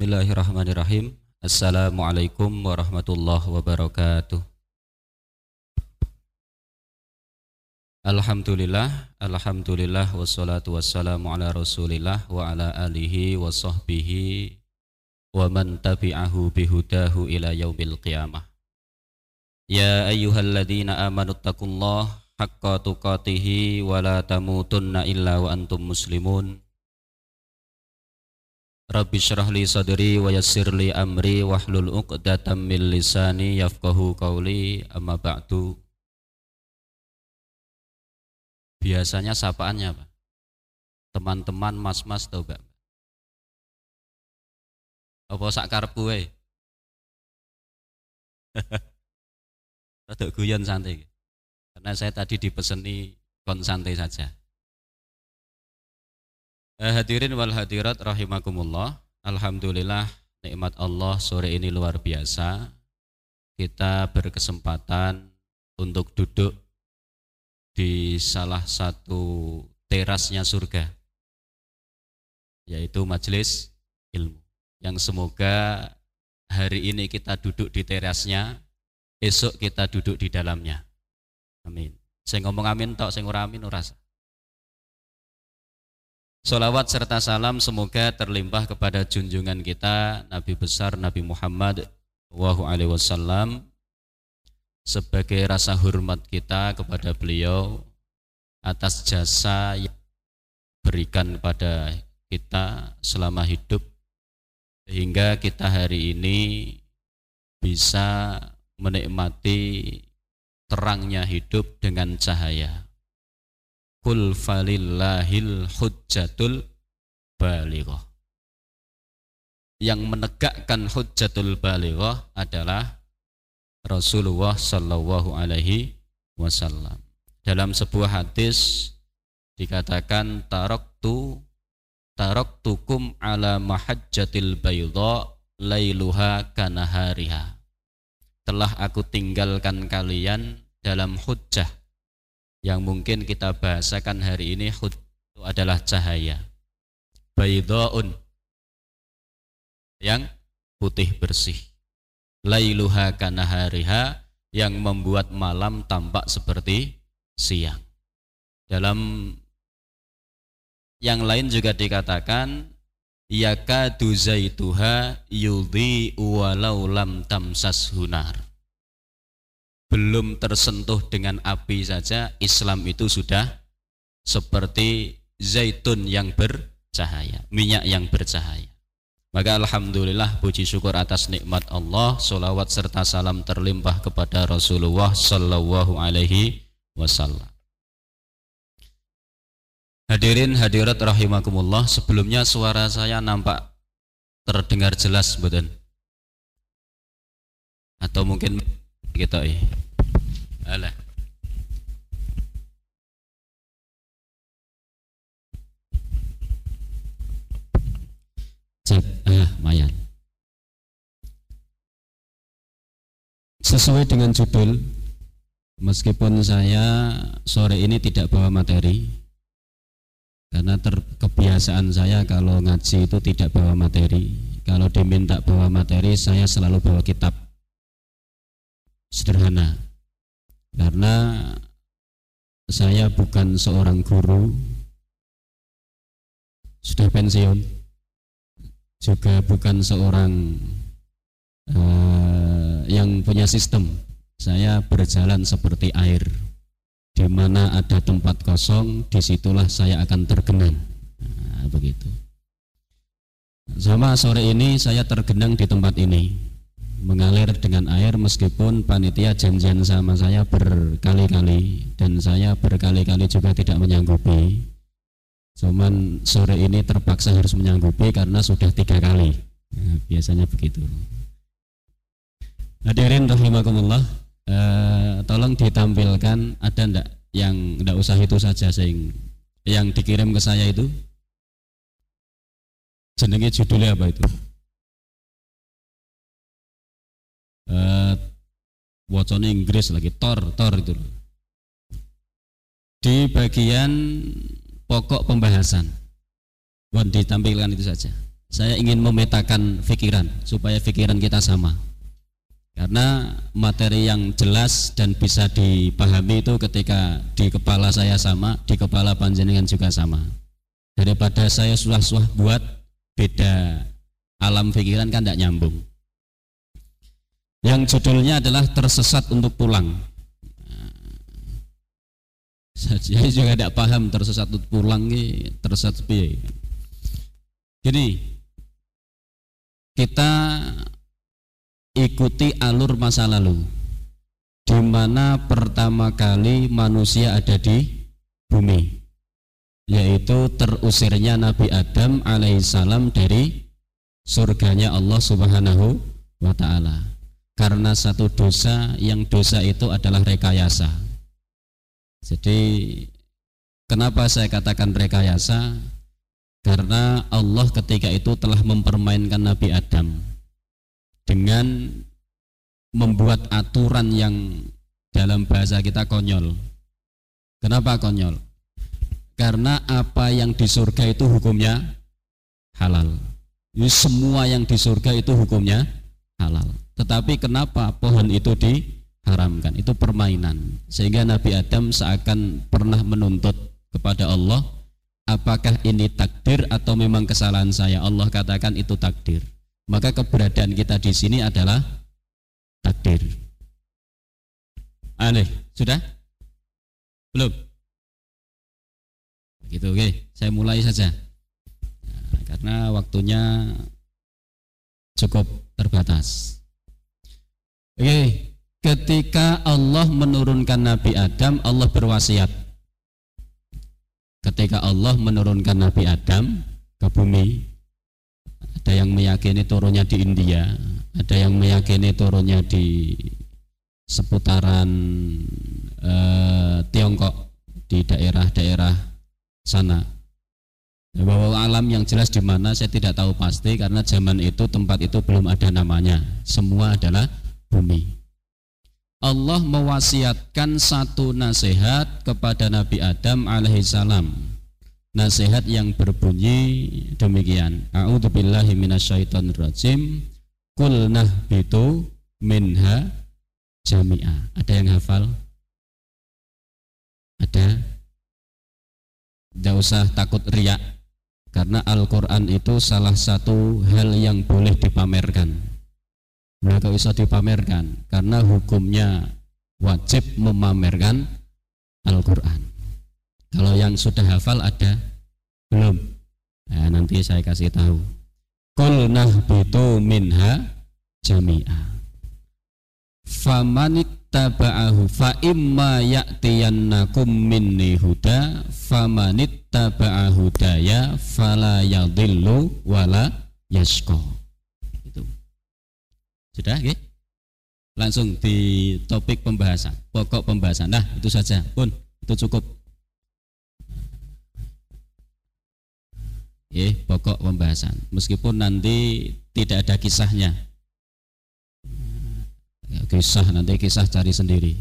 Bismillahirrahmanirrahim. Assalamualaikum warahmatullahi wabarakatuh. Alhamdulillah wassalatu wassalamu ala Rasulillah wa ala alihi wa sahbihi wa man tabi'ahu bihudahu ila yaumil qiyamah. Ya ayyuhalladzina amanu taqullaha haqqa tuqatih wa la tamutunna illa wa antum muslimun. Rabbi syrah li sadri wa yassir li amri wahlul 'uqdatam min lisani yafqahu qawli, amma ba'du. Biasanya sapaannya apa? Teman-teman, mas-mas tau gak? Apa sak karepku wae? Rada guyon santai. Karena saya tadi dipeseni kon santai saja. Hadirin wal hadirat rahimakumullah. Alhamdulillah, nikmat Allah sore ini luar biasa. Kita berkesempatan untuk duduk di salah satu terasnya surga, yaitu majelis ilmu, yang semoga hari ini kita duduk di terasnya, esok kita duduk di dalamnya. Amin. Saya ngomong amin tok, saya ora amin ora. Salawat serta salam semoga terlimpah kepada junjungan kita Nabi besar Nabi Muhammad SAW, sebagai rasa hormat kita kepada beliau atas jasa yang berikan kepada kita selama hidup, sehingga kita hari ini bisa menikmati terangnya hidup dengan cahaya. Qul falillahil hujjatul balighah. Yang menegakkan hujjatul balighah adalah Rasulullah sallallahu alaihi wasallam. Dalam sebuah hadis dikatakan taraktukum ala mahajjatil bayda lailuha kanahariha. Telah aku tinggalkan kalian dalam hujjah yang mungkin kita bahasakan hari ini. Hujjah itu adalah cahaya, baydaun yang putih bersih, lailuha kanahariha yang membuat malam tampak seperti siang. Dalam yang lain juga dikatakan yakadu zaituha yudhi walau lam tamsas hunar. Belum tersentuh dengan api saja Islam itu sudah seperti zaitun yang bercahaya, minyak yang bercahaya. Maka alhamdulillah, puji syukur atas nikmat Allah, sholawat serta salam terlimpah kepada Rasulullah sallallahu alaihi wasallam. Hadirin hadirat rahimakumullah, sebelumnya suara saya nampak terdengar jelas mboten? Atau mungkin kita alah. Mayan. Sesuai dengan judul, meskipun saya sore ini tidak bawa materi, karena kebiasaan saya kalau ngaji itu tidak bawa materi. Kalau diminta bawa materi, saya selalu bawa kitab sederhana, karena saya bukan seorang guru, sudah pensiun, juga bukan seorang yang punya sistem. Saya berjalan seperti air, di mana ada tempat kosong, disitulah saya akan tergenang. Nah, begitu. Sama sore ini saya tergenang di tempat ini, mengalir dengan air, meskipun panitia janjian sama saya berkali-kali dan saya berkali-kali juga tidak menyanggupi. Cuman sore ini terpaksa harus menyanggupi karena sudah 3 kali. Nah, biasanya begitu. Hadirin rahimakumullah, tolong ditampilkan, ada ndak yang ndak usah itu saja, yang dikirim ke saya itu jenenge judulnya apa itu? Wacana Inggris lagi, Thor itu. Di bagian pokok pembahasan, mohon ditampilkan itu saja. saya ingin memetakan pikiran supaya pikiran kita sama. Karena materi yang jelas dan bisa dipahami itu ketika di kepala saya sama, di kepala panjenengan juga sama. Daripada saya susah-susah buat beda alam pikiran kan tidak nyambung. Yang judulnya adalah tersesat untuk pulang. Saya juga tidak paham tersesat untuk pulang ini tersesat piye. Jadi kita ikuti alur masa lalu, di mana pertama kali manusia ada di bumi, yaitu terusirnya Nabi Adam alaihissalam dari surganya Allah Subhanahu wa ta'ala karena satu dosa, yang dosa itu adalah rekayasa. Jadi kenapa saya katakan rekayasa? Karena Allah ketika itu telah mempermainkan Nabi Adam dengan membuat aturan yang dalam bahasa kita konyol. Kenapa konyol? Karena apa yang di surga itu hukumnya halal. Jadi semua yang di surga itu hukumnya halal. Tetapi kenapa pohon itu diharamkan? Itu permainan. Sehingga Nabi Adam seakan pernah menuntut kepada Allah, apakah ini takdir atau memang kesalahan saya? Allah katakan itu takdir. Maka keberadaan kita di sini adalah takdir. Aneh, sudah? Belum? Gitu, oke. Saya mulai saja. Nah, karena waktunya cukup terbatas. Oke, ketika Allah menurunkan Nabi Adam, Allah berwasiat. Ketika Allah menurunkan Nabi Adam ke bumi, ada yang meyakini turunnya di India, ada yang meyakini turunnya di seputaran Tiongkok, di daerah-daerah sana. Bahwa alam yang jelas di mana saya tidak tahu pasti, karena zaman itu tempat itu belum ada namanya. Semua adalah bumi. Allah mewasiatkan satu nasihat kepada Nabi Adam alaihissalam. Nasihat yang berbunyi demikian: A'udzubillahi minasyaitonirrajim. Qul nahbitu minha jami'a. Ada yang hafal? Ada? Tidak usah takut riak, karena Al-Quran itu salah satu hal yang boleh dipamerkan. Nggak usah dipamerkan, karena hukumnya wajib memamerkan Al-Quran. Kalau yang sudah hafal ada? Belum? Nah, nanti saya kasih tahu. Qul nahbitu minha jami'a. Famanittaba'ahu fa imma ya'tiyannakum minni huda famanittaba'ahu hudaya fala yadhillu wala yashqa. Itu. Sudah, okay? Langsung di topik pembahasan, pokok pembahasan. Nah, itu saja, pun itu cukup. Pokok pembahasan. Meskipun nanti tidak ada kisahnya. Nanti kisah cari sendiri.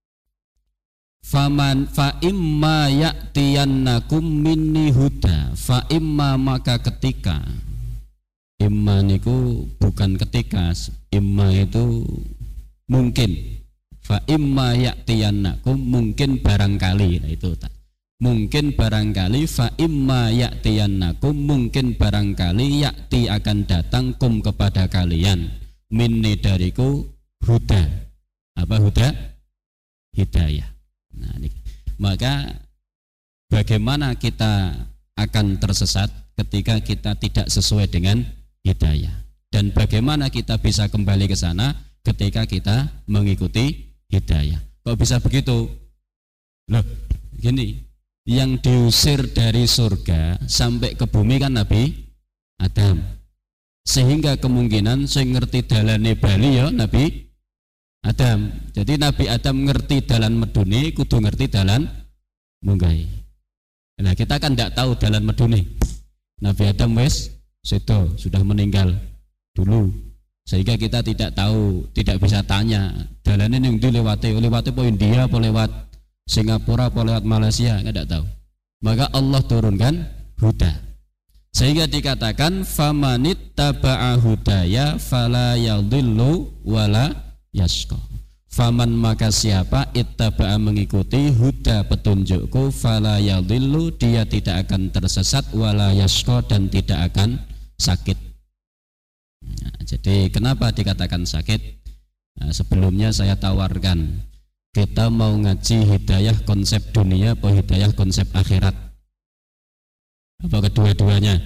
Faman fa imma ya'tiyannakum minni huda. Fa imma, maka ketika. Imma niku bukan ketika, imma itu mungkin. Fa imma ya'tiyannakum, mungkin barangkali. Nah, itu mungkin barangkali. Fa imma ya'tiyannakum, mungkin barangkali. Ya'ti, akan datang, kum, kepada kalian, minni, dariku, huda. Apa huda? Hidayah. Nah, ini. Maka bagaimana kita akan tersesat ketika kita tidak sesuai dengan hidayah, dan bagaimana kita bisa kembali ke sana ketika kita mengikuti hidayah? Kok bisa begitu? Loh, gini, yang diusir dari surga sampai ke bumi kan Nabi Adam, sehingga kemungkinan saya ngerti dalane bali ya Nabi Adam. Jadi Nabi Adam ngerti dalan medune, kudu ngerti dalan munggahe. Nah, kita kan tidak tahu dalan medune. Nabi Adam wis sedo, sudah meninggal dulu, sehingga kita tidak tahu, tidak bisa tanya dalannya yang dilewati po India, po lewat Singapura, po lewat Malaysia, tidak tahu. Maka Allah turunkan huda, Sehingga dikatakan famanit taba'a hudaya fala yadhillu wala yashqa. Faman maka siapa ittaba'a mengikuti huda petunjukku fala yadhillu dia tidak akan tersesat wala yashqa dan tidak akan sakit. Nah, jadi kenapa dikatakan sakit? Nah, sebelumnya saya tawarkan kita mau ngaji hidayah konsep dunia atau hidayah konsep akhirat? Apa kedua-duanya?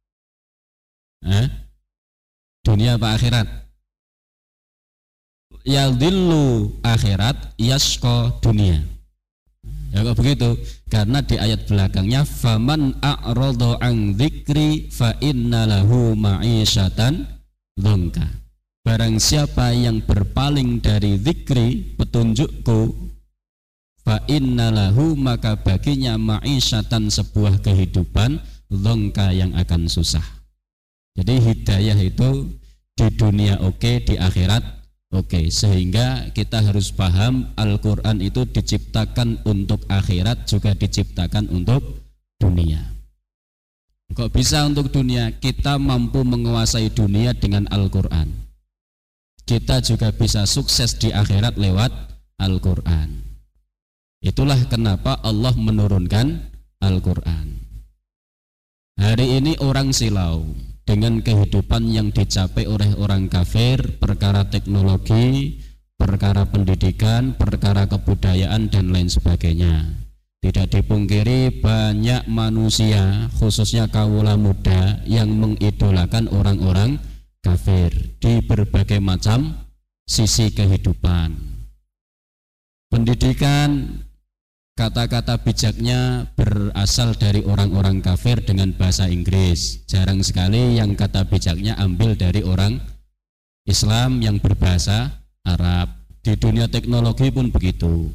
Dunia apa akhirat? Yadhillu akhirat, yashqa dunia. Ya kok begitu? Karena di ayat belakangnya faman a'rada an dzikri fa inna lahu ma'isyatan dzunka. Barang siapa yang berpaling dari zikri petunjukku fa inna lahu maka baginya ma'isyatan sebuah kehidupan dzunka yang akan susah. Jadi hidayah itu di dunia oke, di akhirat oke. Sehingga kita harus paham Al-Quran itu diciptakan untuk akhirat juga diciptakan untuk dunia. Kok bisa untuk dunia? Kita mampu menguasai dunia dengan Al-Quran. Kita juga bisa sukses di akhirat lewat Al-Quran. Itulah kenapa Allah menurunkan Al-Quran. Hari ini orang silau dengan kehidupan yang dicapai oleh orang kafir, perkara teknologi, perkara pendidikan, perkara kebudayaan dan lain sebagainya. Tidak dipungkiri banyak manusia, khususnya kaula muda yang mengidolakan orang-orang kafir di berbagai macam sisi kehidupan. Pendidikan, kata-kata bijaknya berasal dari orang-orang kafir dengan bahasa Inggris. Jarang sekali yang kata bijaknya ambil dari orang Islam yang berbahasa Arab. Di dunia teknologi pun begitu.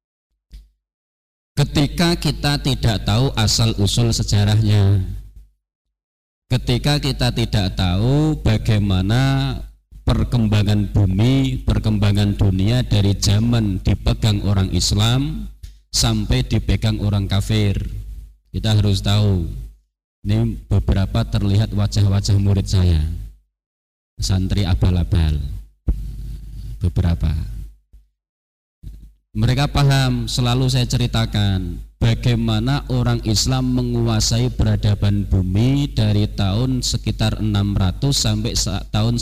Ketika kita tidak tahu asal-usul sejarahnya, ketika kita tidak tahu bagaimana perkembangan bumi, perkembangan dunia dari zaman dipegang orang Islam sampai dipegang orang kafir, kita harus tahu. Ini beberapa terlihat wajah-wajah murid saya, santri abal-abal, beberapa. Mereka paham, selalu saya ceritakan bagaimana orang Islam menguasai peradaban bumi dari tahun sekitar 600 sampai tahun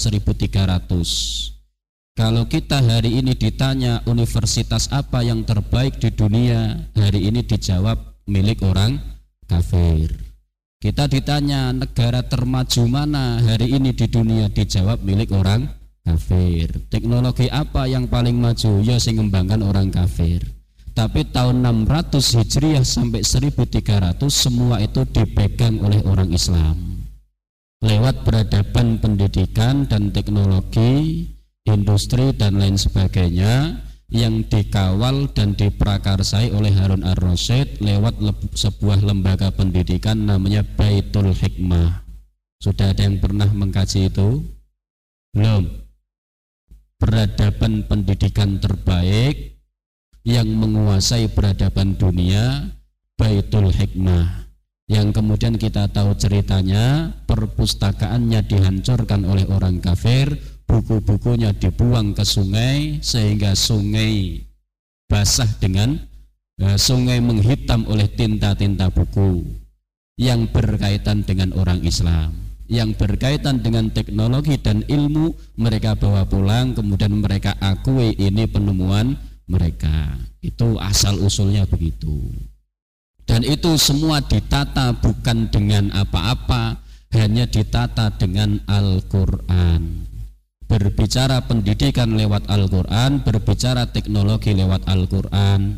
1300. Kalau kita hari ini ditanya universitas apa yang terbaik di dunia, hari ini dijawab milik orang kafir. Kita ditanya negara termaju mana hari ini di dunia, dijawab milik orang kafir. Teknologi apa yang paling maju? Ya sing ngembangkan orang kafir. Tapi tahun 600 Hijriah sampai 1300 semua itu dipegang oleh orang Islam lewat peradaban pendidikan dan teknologi, industri dan lain sebagainya yang dikawal dan diprakarsai oleh Harun ar-Rasyid lewat sebuah lembaga pendidikan namanya Baitul Hikmah. Sudah ada yang pernah mengkaji itu? Belum? Peradaban pendidikan terbaik yang menguasai peradaban dunia, Baitul Hikmah, yang kemudian kita tahu ceritanya, perpustakaannya dihancurkan oleh orang kafir, buku-bukunya dibuang ke sungai sehingga sungai basah dengan sungai menghitam oleh tinta-tinta buku yang berkaitan dengan orang Islam, yang berkaitan dengan teknologi dan ilmu. Mereka bawa pulang, kemudian mereka akui ini penemuan mereka. Itu asal usulnya begitu. Dan itu semua ditata bukan dengan apa-apa, hanya ditata dengan Al-Quran. Berbicara pendidikan lewat Al-Quran, berbicara teknologi lewat Al-Quran.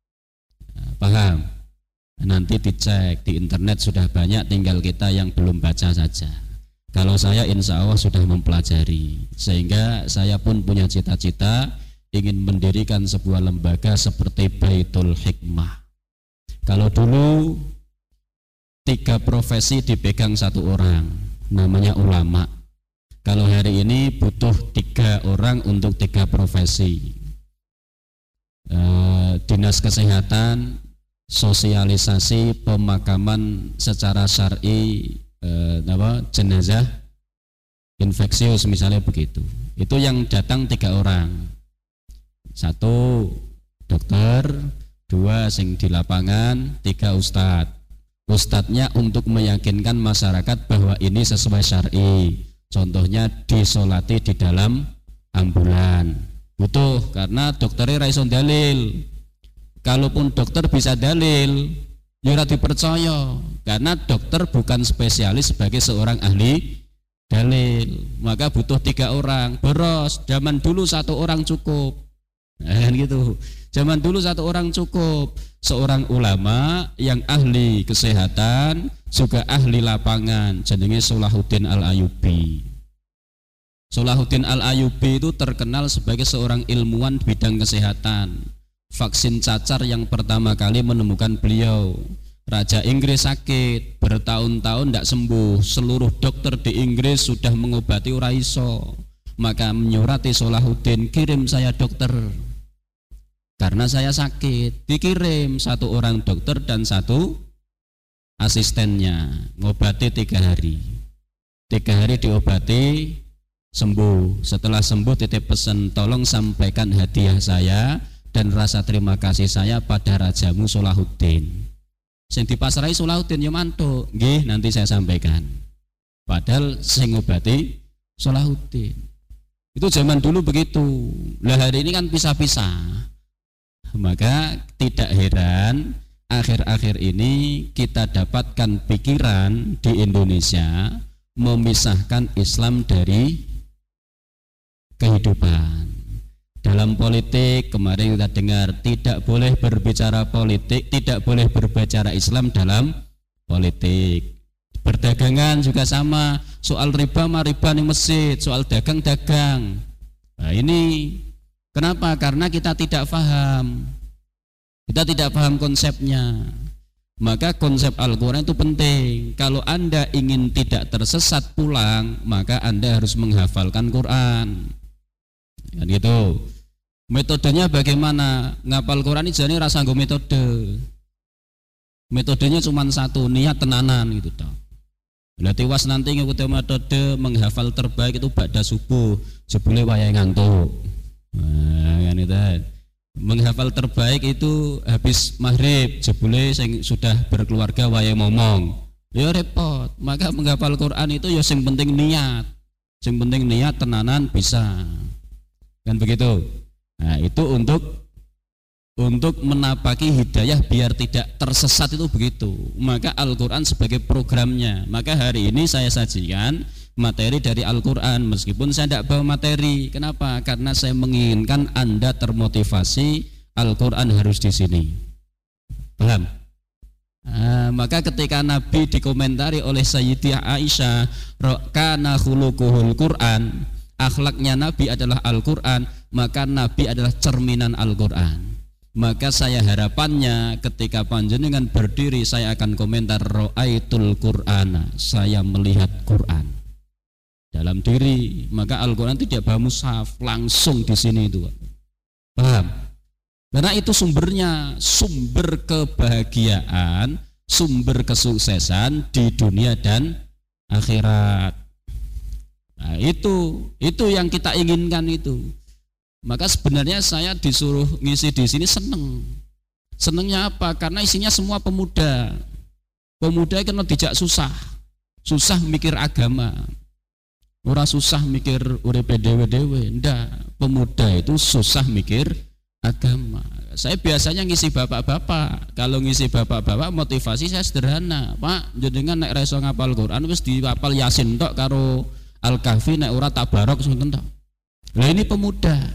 Paham? Nanti dicek di internet sudah banyak, tinggal kita yang belum baca saja. Kalau saya insya Allah sudah mempelajari, sehingga saya pun punya cita-cita ingin mendirikan sebuah lembaga seperti Baitul Hikmah. Kalau dulu 3 profesi dipegang 1 orang, namanya ulama. Kalau hari ini butuh 3 orang untuk 3 profesi. Dinas kesehatan, sosialisasi pemakaman secara syar'i jenazah infeksius misalnya begitu. Itu yang datang 3 orang. 1 dokter, 2 sing di lapangan, 3 ustadz. Ustadznya untuk meyakinkan masyarakat bahwa ini sesuai syar'i. Contohnya disolati di dalam ambulan. Butuh karena dokternya ra iso dalil. Kalaupun dokter bisa dalil, ya ora dipercaya karena dokter bukan spesialis sebagai seorang ahli dalil. Maka butuh 3 orang. Boros, zaman dulu 1 orang cukup. Nah, gitu. Zaman dulu 1 orang cukup. Seorang ulama yang ahli kesehatan juga ahli lapangan, jenenge Salahuddin Al-Ayyubi. Salahuddin Al-Ayyubi itu terkenal sebagai seorang ilmuwan bidang kesehatan. Vaksin cacar yang pertama kali menemukan beliau. Raja Inggris sakit bertahun-tahun tidak sembuh, seluruh dokter di Inggris sudah mengobati ora iso, maka menyurati Salahuddin, kirim saya dokter karena saya sakit. Dikirim 1 orang dokter dan 1 asistennya, ngobati 3 hari. 3 hari diobati, sembuh. Setelah sembuh titip pesan, tolong sampaikan hadiah saya dan rasa terima kasih saya pada rajamu Salahuddin. Sing dipasrahi Salahuddin ya mantuk, nggih nanti saya sampaikan. Padahal sing ngobati Salahuddin. Itu zaman dulu begitu. Lah hari ini kan pisah-pisah. Maka tidak heran akhir-akhir ini kita dapatkan pikiran di Indonesia memisahkan Islam dari kehidupan. Dalam politik kemarin kita dengar tidak boleh berbicara politik, tidak boleh berbicara Islam dalam politik. Perdagangan juga sama, soal riba mah riba ning masjid, soal dagang-dagang. Nah ini kenapa? Karena kita tidak paham. Kita tidak paham konsepnya. Maka konsep Al-Quran itu penting. Kalau Anda ingin tidak tersesat pulang, maka Anda harus menghafalkan Quran. Kan gitu. Metodenya bagaimana? Ngapal Quran ini jadi rasa nggo metode. Metodenya cuma 1, niat tenanan gitu toh. Lah tiwas nanti ngikuti metode menghafal terbaik itu ba'da subuh, jebule wayahe ngantuk. Nah, kan itu. Menghafal terbaik itu habis maghrib, jebule sing sudah berkeluarga wayahe momong. Ya repot. Maka menghafal Quran itu ya sing penting niat. Sing penting niat tenanan bisa. Kan begitu. Nah, itu untuk menapaki hidayah biar tidak tersesat itu begitu. Maka Al-Quran sebagai programnya. Maka hari ini saya sajikan materi dari Al-Quran meskipun saya tidak bawa materi. Kenapa? Karena saya menginginkan Anda termotivasi. Al-Quran harus di sini. Paham? Maka ketika Nabi dikomentari oleh Sayyidah Aisyah, kana khuluquhul Quran, akhlaknya Nabi adalah Al-Quran, maka Nabi adalah cerminan Al-Quran. Maka saya harapannya ketika panjenengan berdiri saya akan komentar ra'aitul Qur'ana, saya melihat Quran dalam diri. Maka Al-Quran tidak bawa mushaf, langsung di sini itu. Paham? Karena itu sumbernya, sumber kebahagiaan, sumber kesuksesan di dunia dan akhirat. Nah, itu yang kita inginkan itu. Maka sebenarnya saya disuruh ngisi di sini seneng. Senengnya apa? Karena isinya semua pemuda. Pemuda kan dijak susah mikir agama. Ora susah mikir uripe dhewe-dhewe, ndak. Pemuda itu susah mikir agama. Saya biasanya ngisi bapak-bapak. Kalau ngisi bapak-bapak motivasi saya sederhana. Pak, jenengan nek ra iso ngapal Quran wis dihafal Yasin tok karo Al-Kahfi, nek ora tabarok ngoten tok. Lah ini pemuda.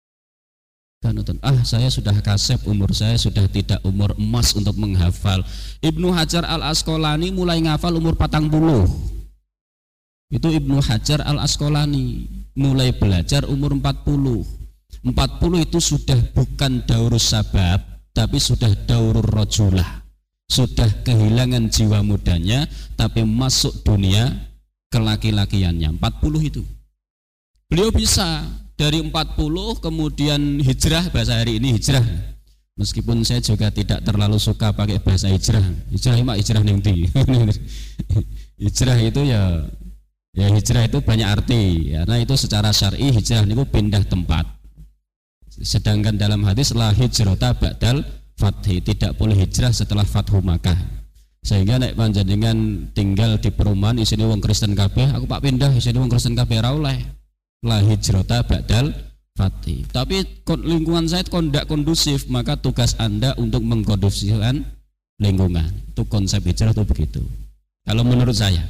Saya sudah kasep, umur saya sudah tidak umur emas untuk menghafal. Ibnu Hajar Al-Asqalani mulai ngafal umur 40. Itu Ibnu Hajar Al-Asqalani mulai belajar umur 40. 40 itu sudah bukan daurus sabab, tapi sudah daurur rojulah. Sudah kehilangan jiwa mudanya, tapi masuk dunia kelaki-lakiannya. 40 itu. Beliau bisa dari 40 kemudian hijrah, bahasa hari ini hijrah. Meskipun saya juga tidak terlalu suka pakai bahasa hijrah. Hijrah mak hijrah ning ndi. Hijrah itu ya hijrah itu banyak arti, karena itu secara syar'i hijrah niku pindah tempat. Sedangkan dalam hadis la hijrata ba'dal fathi, tidak boleh hijrah setelah Fathu Makkah. Sehingga nek panjenengan tinggal di perumahan isine wong Kristen kabeh, aku pak pindah isine wong Kristen kabeh ora oleh. La hijrata ba'dal fathi. Tapi lingkungan saya tidak kondusif, maka tugas Anda untuk mengkondusifkan lingkungan. Itu konsep hijrah itu begitu. Kalau menurut saya.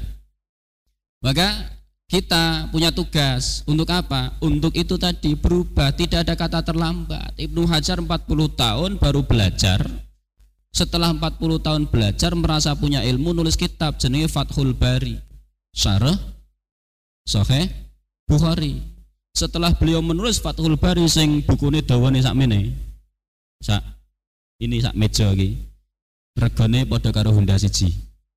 Maka kita punya tugas untuk apa? Untuk itu tadi, berubah, tidak ada kata terlambat. Ibnu Hajar 40 tahun baru belajar. Setelah 40 tahun belajar merasa punya ilmu, nulis kitab jenenge Fathul Bari, Syarah Sahih Bukhari. Setelah beliau menulis Fathul Bari sing bukune dawane sakmene. Ini sak meja iki. Regane padha karo Honda siji.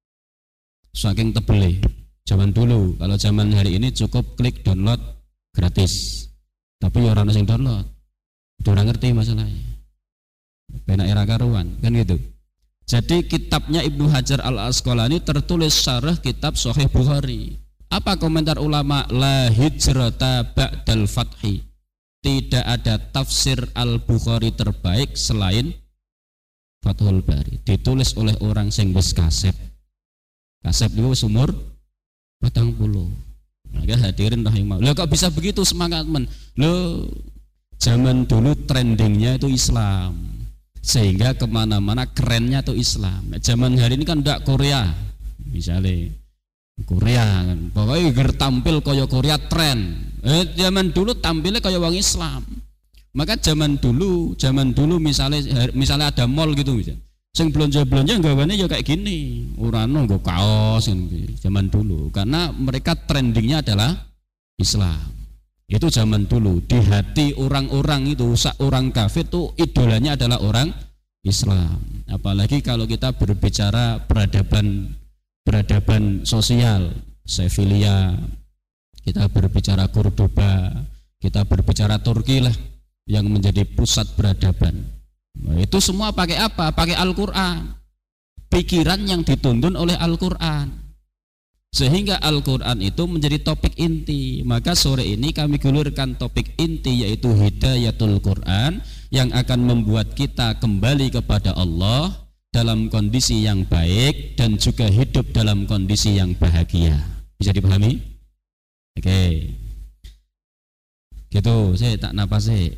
Saking tebele. Zaman dulu, kalau zaman hari ini cukup klik download gratis. Tapi orang yang download, orang ngerti masalahnya. Benak era karuan, kan gitu. Jadi kitabnya Ibnu Hajar Al-Asqalani tertulis syarah kitab Sahih Bukhari. Apa komentar ulama? La hijrata ba'dal fathi. Tidak ada tafsir Al-Bukhari terbaik selain Fathul Bari. Ditulis oleh orang sing wis kasep. Kasep itu umur 40. Maka hadirin rahimah. Loh kok bisa begitu semangat men? Loh zaman dulu trendingnya itu Islam, sehingga kemana-mana kerennya itu Islam. Zaman hari ini kan tidak Korea, misalnya Korea kan, pokoknya tampil kaya Korea tren. Zaman dulu tampilnya kaya wong Islam. Maka zaman dulu misalnya ada mall gitu misalnya. Sing belanja nggawane ya kayak gini, urano nggo kaos gitu. Zaman dulu, karena mereka trendingnya adalah Islam. Itu zaman dulu. Di hati orang-orang itu, orang kafir itu idolanya adalah orang Islam. Apalagi kalau kita berbicara peradaban sosial, Sevilla, kita berbicara Cordoba, kita berbicara Turki lah yang menjadi pusat peradaban. Nah, itu semua pakai apa? Pakai Al-Quran. Pikiran yang dituntun oleh Al-Quran, sehingga Al-Quran itu menjadi topik inti. Maka sore ini kami gulirkan topik inti, yaitu Hidayatul Quran, yang akan membuat kita kembali kepada Allah dalam kondisi yang baik dan juga hidup dalam kondisi yang bahagia. Bisa dipahami? Oke. Gitu, saya tak napas sih.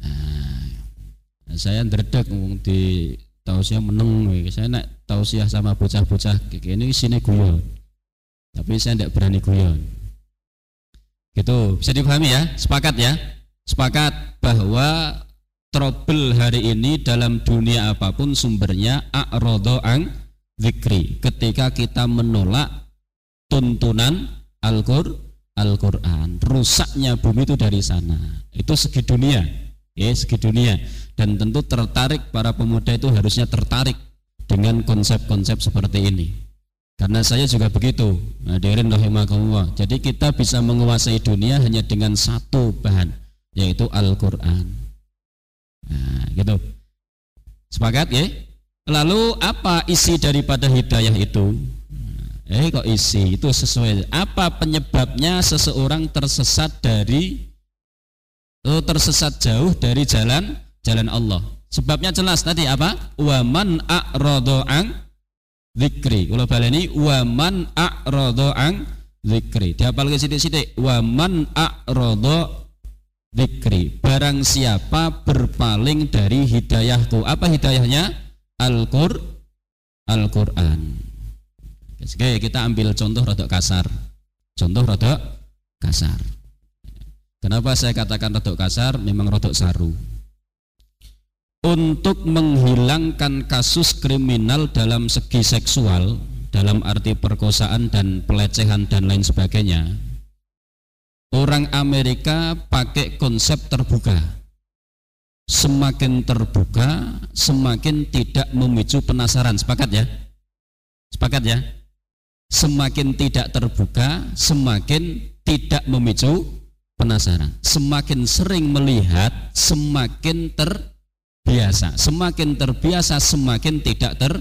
Saya ndredeg di tausiah meneng, saya nak tausiah sama bocah-bocah ini sini guyon, tapi saya tidak berani guyon. Gitu, bisa dipahami ya? Sepakat ya? Sepakat bahwa trouble hari ini dalam dunia apapun sumbernya a'radha an dzikri. Ketika kita menolak tuntunan Al-Quran, rusaknya bumi itu dari sana. Itu segi dunia. Segi dunia, dan tentu tertarik, para pemuda itu harusnya tertarik dengan konsep-konsep seperti ini, karena saya juga begitu. Hadirin rahimakumullah. Jadi kita bisa menguasai dunia hanya dengan satu bahan, yaitu Al-Quran. Nah, gitu. Sepakat ya? Lalu apa isi daripada hidayah itu? Kok isi itu sesuai? Apa penyebabnya seseorang tersesat jauh dari jalan Allah? Sebabnya jelas tadi apa? Wa man a'radha an dzikri. Kula baleni wa man a'radha an dzikri. Dihafalke sithik-sithik. Wa man a'radha dzikri. Barang siapa berpaling dari hidayahku. Apa hidayahnya? Al-Qur'an. Oke, kita ambil contoh rodok kasar. Kenapa saya katakan rodok kasar? Memang rodok saru. Untuk menghilangkan kasus kriminal dalam segi seksual, dalam arti perkosaan dan pelecehan dan lain sebagainya, orang Amerika pakai konsep terbuka. Semakin terbuka, semakin tidak memicu penasaran. Sepakat ya? Sepakat ya? Semakin tidak terbuka, semakin tidak memicu penasaran. Semakin sering melihat, semakin terbiasa. Semakin terbiasa, semakin tidak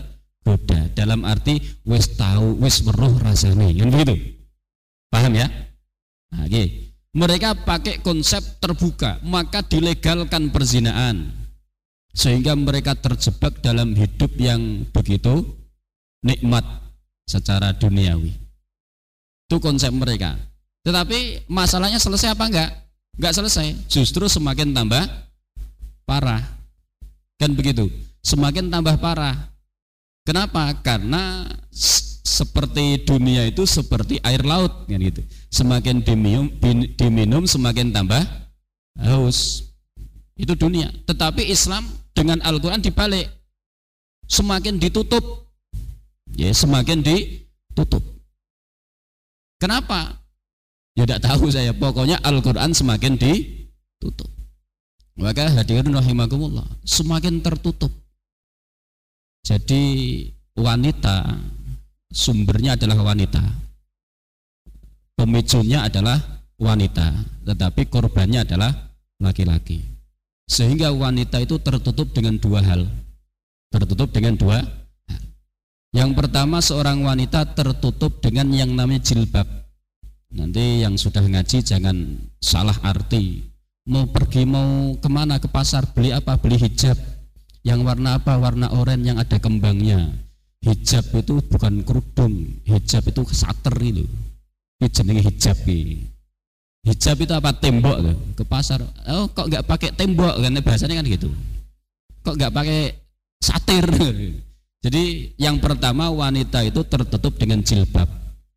huda. Dalam arti wis tahu, wis weruh rasane. Kan begitu. Paham ya? Nah, okay. Mereka pakai konsep terbuka, maka dilegalkan perzinaan. Sehingga mereka terjebak dalam hidup yang begitu nikmat secara duniawi. Itu konsep mereka. Tetapi masalahnya selesai apa enggak? Enggak selesai. Justru semakin tambah parah. Kan begitu. Semakin tambah parah. Kenapa? Karena seperti dunia itu seperti air laut kan gitu. Semakin diminum semakin tambah haus. Itu dunia. Tetapi Islam dengan Al-Quran dibalik, semakin ditutup, ya semakin ditutup. Kenapa? Ya tidak tahu saya. Pokoknya Al-Quran semakin ditutup. Maka hadirin rahimakumullah, semakin tertutup. Jadi wanita sumbernya adalah wanita, pemicunya adalah wanita, tetapi korbannya adalah laki-laki. Sehingga wanita itu tertutup dengan dua hal. Tertutup dengan dua hal. Yang pertama, seorang wanita tertutup dengan yang namanya jilbab. Nanti yang sudah ngaji jangan salah arti. Mau pergi mau kemana, ke pasar, beli apa? Beli hijab. Yang warna apa? Warna oranye yang ada kembangnya. Hijab itu bukan kerudung, hijab itu sater itu. Ini jenenge hijab ini. Hijab itu apa? Tembok tuh. Ke pasar, oh kok nggak pakai tembok kan bahasanya kan gitu. Kok nggak pakai satir? Jadi yang pertama, wanita itu tertutup dengan jilbab.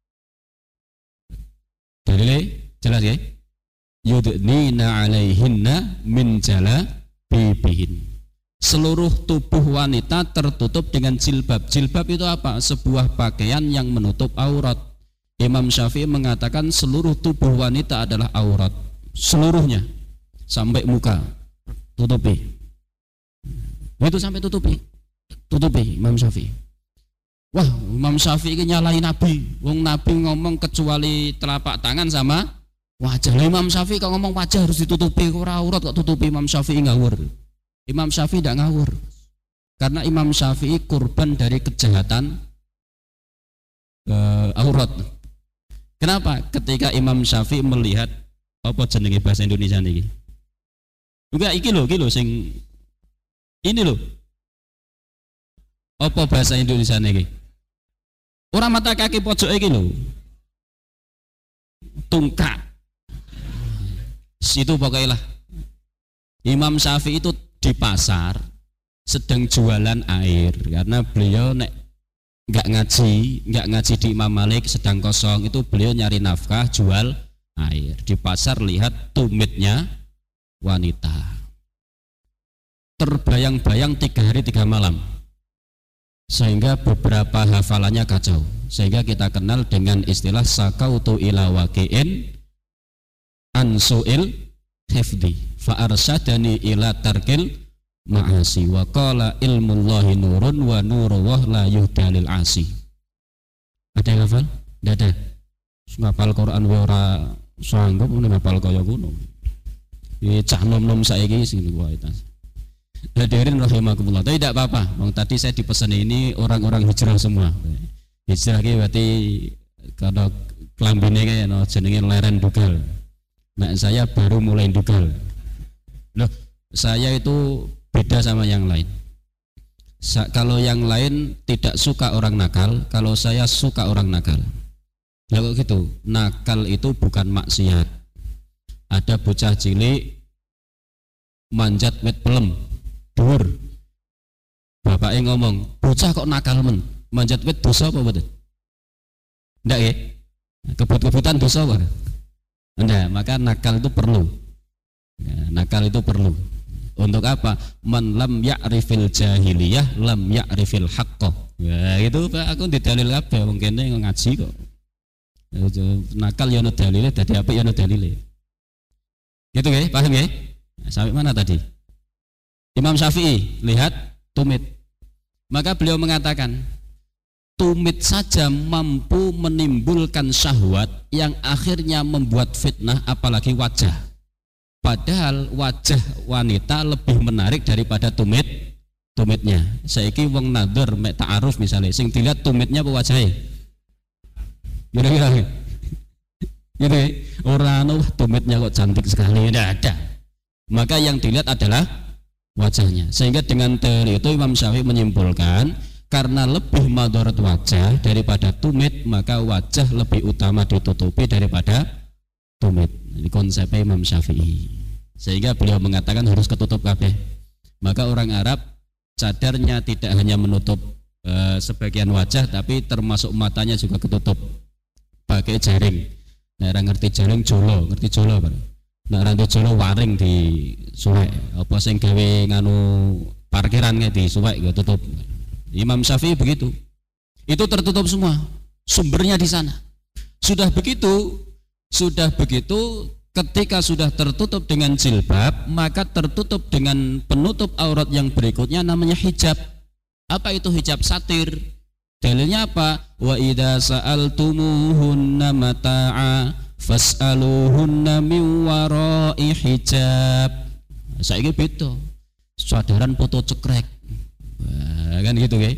Dalilnya jelas ya? Yudnina alaihinna min jalabibihin. Seluruh tubuh wanita tertutup dengan jilbab. Jilbab itu apa? Sebuah pakaian yang menutup aurat. Imam Syafi'i mengatakan seluruh tubuh wanita adalah aurat, seluruhnya sampai muka tutupi. Itu sampai tutupi Imam Syafi'i. Wah, Imam Syafi'i ini nyalahin Nabi. Wong Nabi ngomong kecuali telapak tangan sama wajah. Imam Syafi'i kalau ngomong wajah harus ditutupi, ora aurat kok tutupi. Imam Syafi'i ngawur. Imam Syafi'i tidak ngawur. Karena Imam Syafi'i kurban dari kejahatan aurat. Kenapa? Ketika Imam Syafi'i melihat apa jenenge bahasa Indonesia niki? Enggak iki lho sing ini lho. Apa bahasa Indonesia niki? Ora mata kaki pojok iki lho. Tungkak. Situ pokoknya lah. Imam Syafi'i itu di pasar sedang jualan air karena beliau nggak ngaji di Imam Malik, sedang kosong itu beliau nyari nafkah jual air. Di pasar lihat tumitnya wanita, terbayang-bayang 3 hari 3 malam, sehingga beberapa hafalannya kacau, sehingga kita kenal dengan istilah sakautu ila waqi'in ansu'il hifdi fa arsyadani ila tarkil ma'asi wa qala ilmullahi nurun wa nurullah la yuhdalil asi. Ada yang hafal? Tidak ada. Ngapal Quran wa ora sanggup ngapal kaya ngono. Iki cah nom-nom saiki sing kualitas. Hadirin rahimakumullah. Tapi tidak apa-apa. Bang tadi saya dipesan ini orang-orang hijrah semua. Hijrah iki berarti kalau klambine kae no jenenge leren dugal. Nek saya baru mulai dugal. Loh, saya itu beda sama yang lain. Kalau yang lain tidak suka orang nakal, kalau saya suka orang nakal. Nah kok gitu, nakal itu bukan maksiat. Ada bocah cilik manjat wit pelem, dhuwur. Bapaknya ngomong, bocah kok nakal men, manjat wit dosa apa betul? Ndak ya? Kebut-kebutan dosa apa? Ndak, maka nakal itu perlu. Nakal itu perlu. Untuk apa? Man lam ya'rifil jahiliyah lam ya'rifil haqqah. Ya itu Pak, aku di dalil kabeh wong kene ngaji kok. Nakal ya ono dalile, dadi apik ya ono dalile. Gitu nggih, paham nggih? Nah, sampai mana tadi? Imam Syafi'i lihat tumit. Maka beliau mengatakan, tumit saja mampu menimbulkan syahwat yang akhirnya membuat fitnah, apalagi wajah. Padahal wajah wanita lebih menarik daripada tumit tumitnya. Saiki wong nadher mek ta'aruf misalnya, sing dilihat tumitnya apa wajahnya? Kira-kira gitu ya? Orang tumitnya kok cantik sekali, tidak ada. Maka yang dilihat adalah wajahnya. Sehingga dengan teori itu Imam Syafi'i menyimpulkan karena lebih madharat wajah daripada tumit, maka wajah lebih utama ditutupi daripada tumit. Ini konsepnya Imam Syafi'i. Sehingga beliau mengatakan harus ketutup kabeh. Maka orang Arab cadarnya tidak hanya menutup sebagian wajah, tapi termasuk matanya juga ketutup pakai jaring. Nek ora ngerti jaring jolo, ngerti jolo apa? Nek ora jolo waring di suwek, apa sing gawe nganu parkiran di suwek ya tutup. Imam Syafi'i begitu. Itu tertutup semua. Sumbernya di sana. Sudah begitu ketika sudah tertutup dengan jilbab, maka tertutup dengan penutup aurat yang berikutnya namanya hijab. Apa itu hijab? Satir. Dalilnya apa? Wa idza sa'altumuhunna mata'a fas'aluhunna min wara'i hijab. Saiki beda. Sadaran foto cekrek. Kan gitu ya.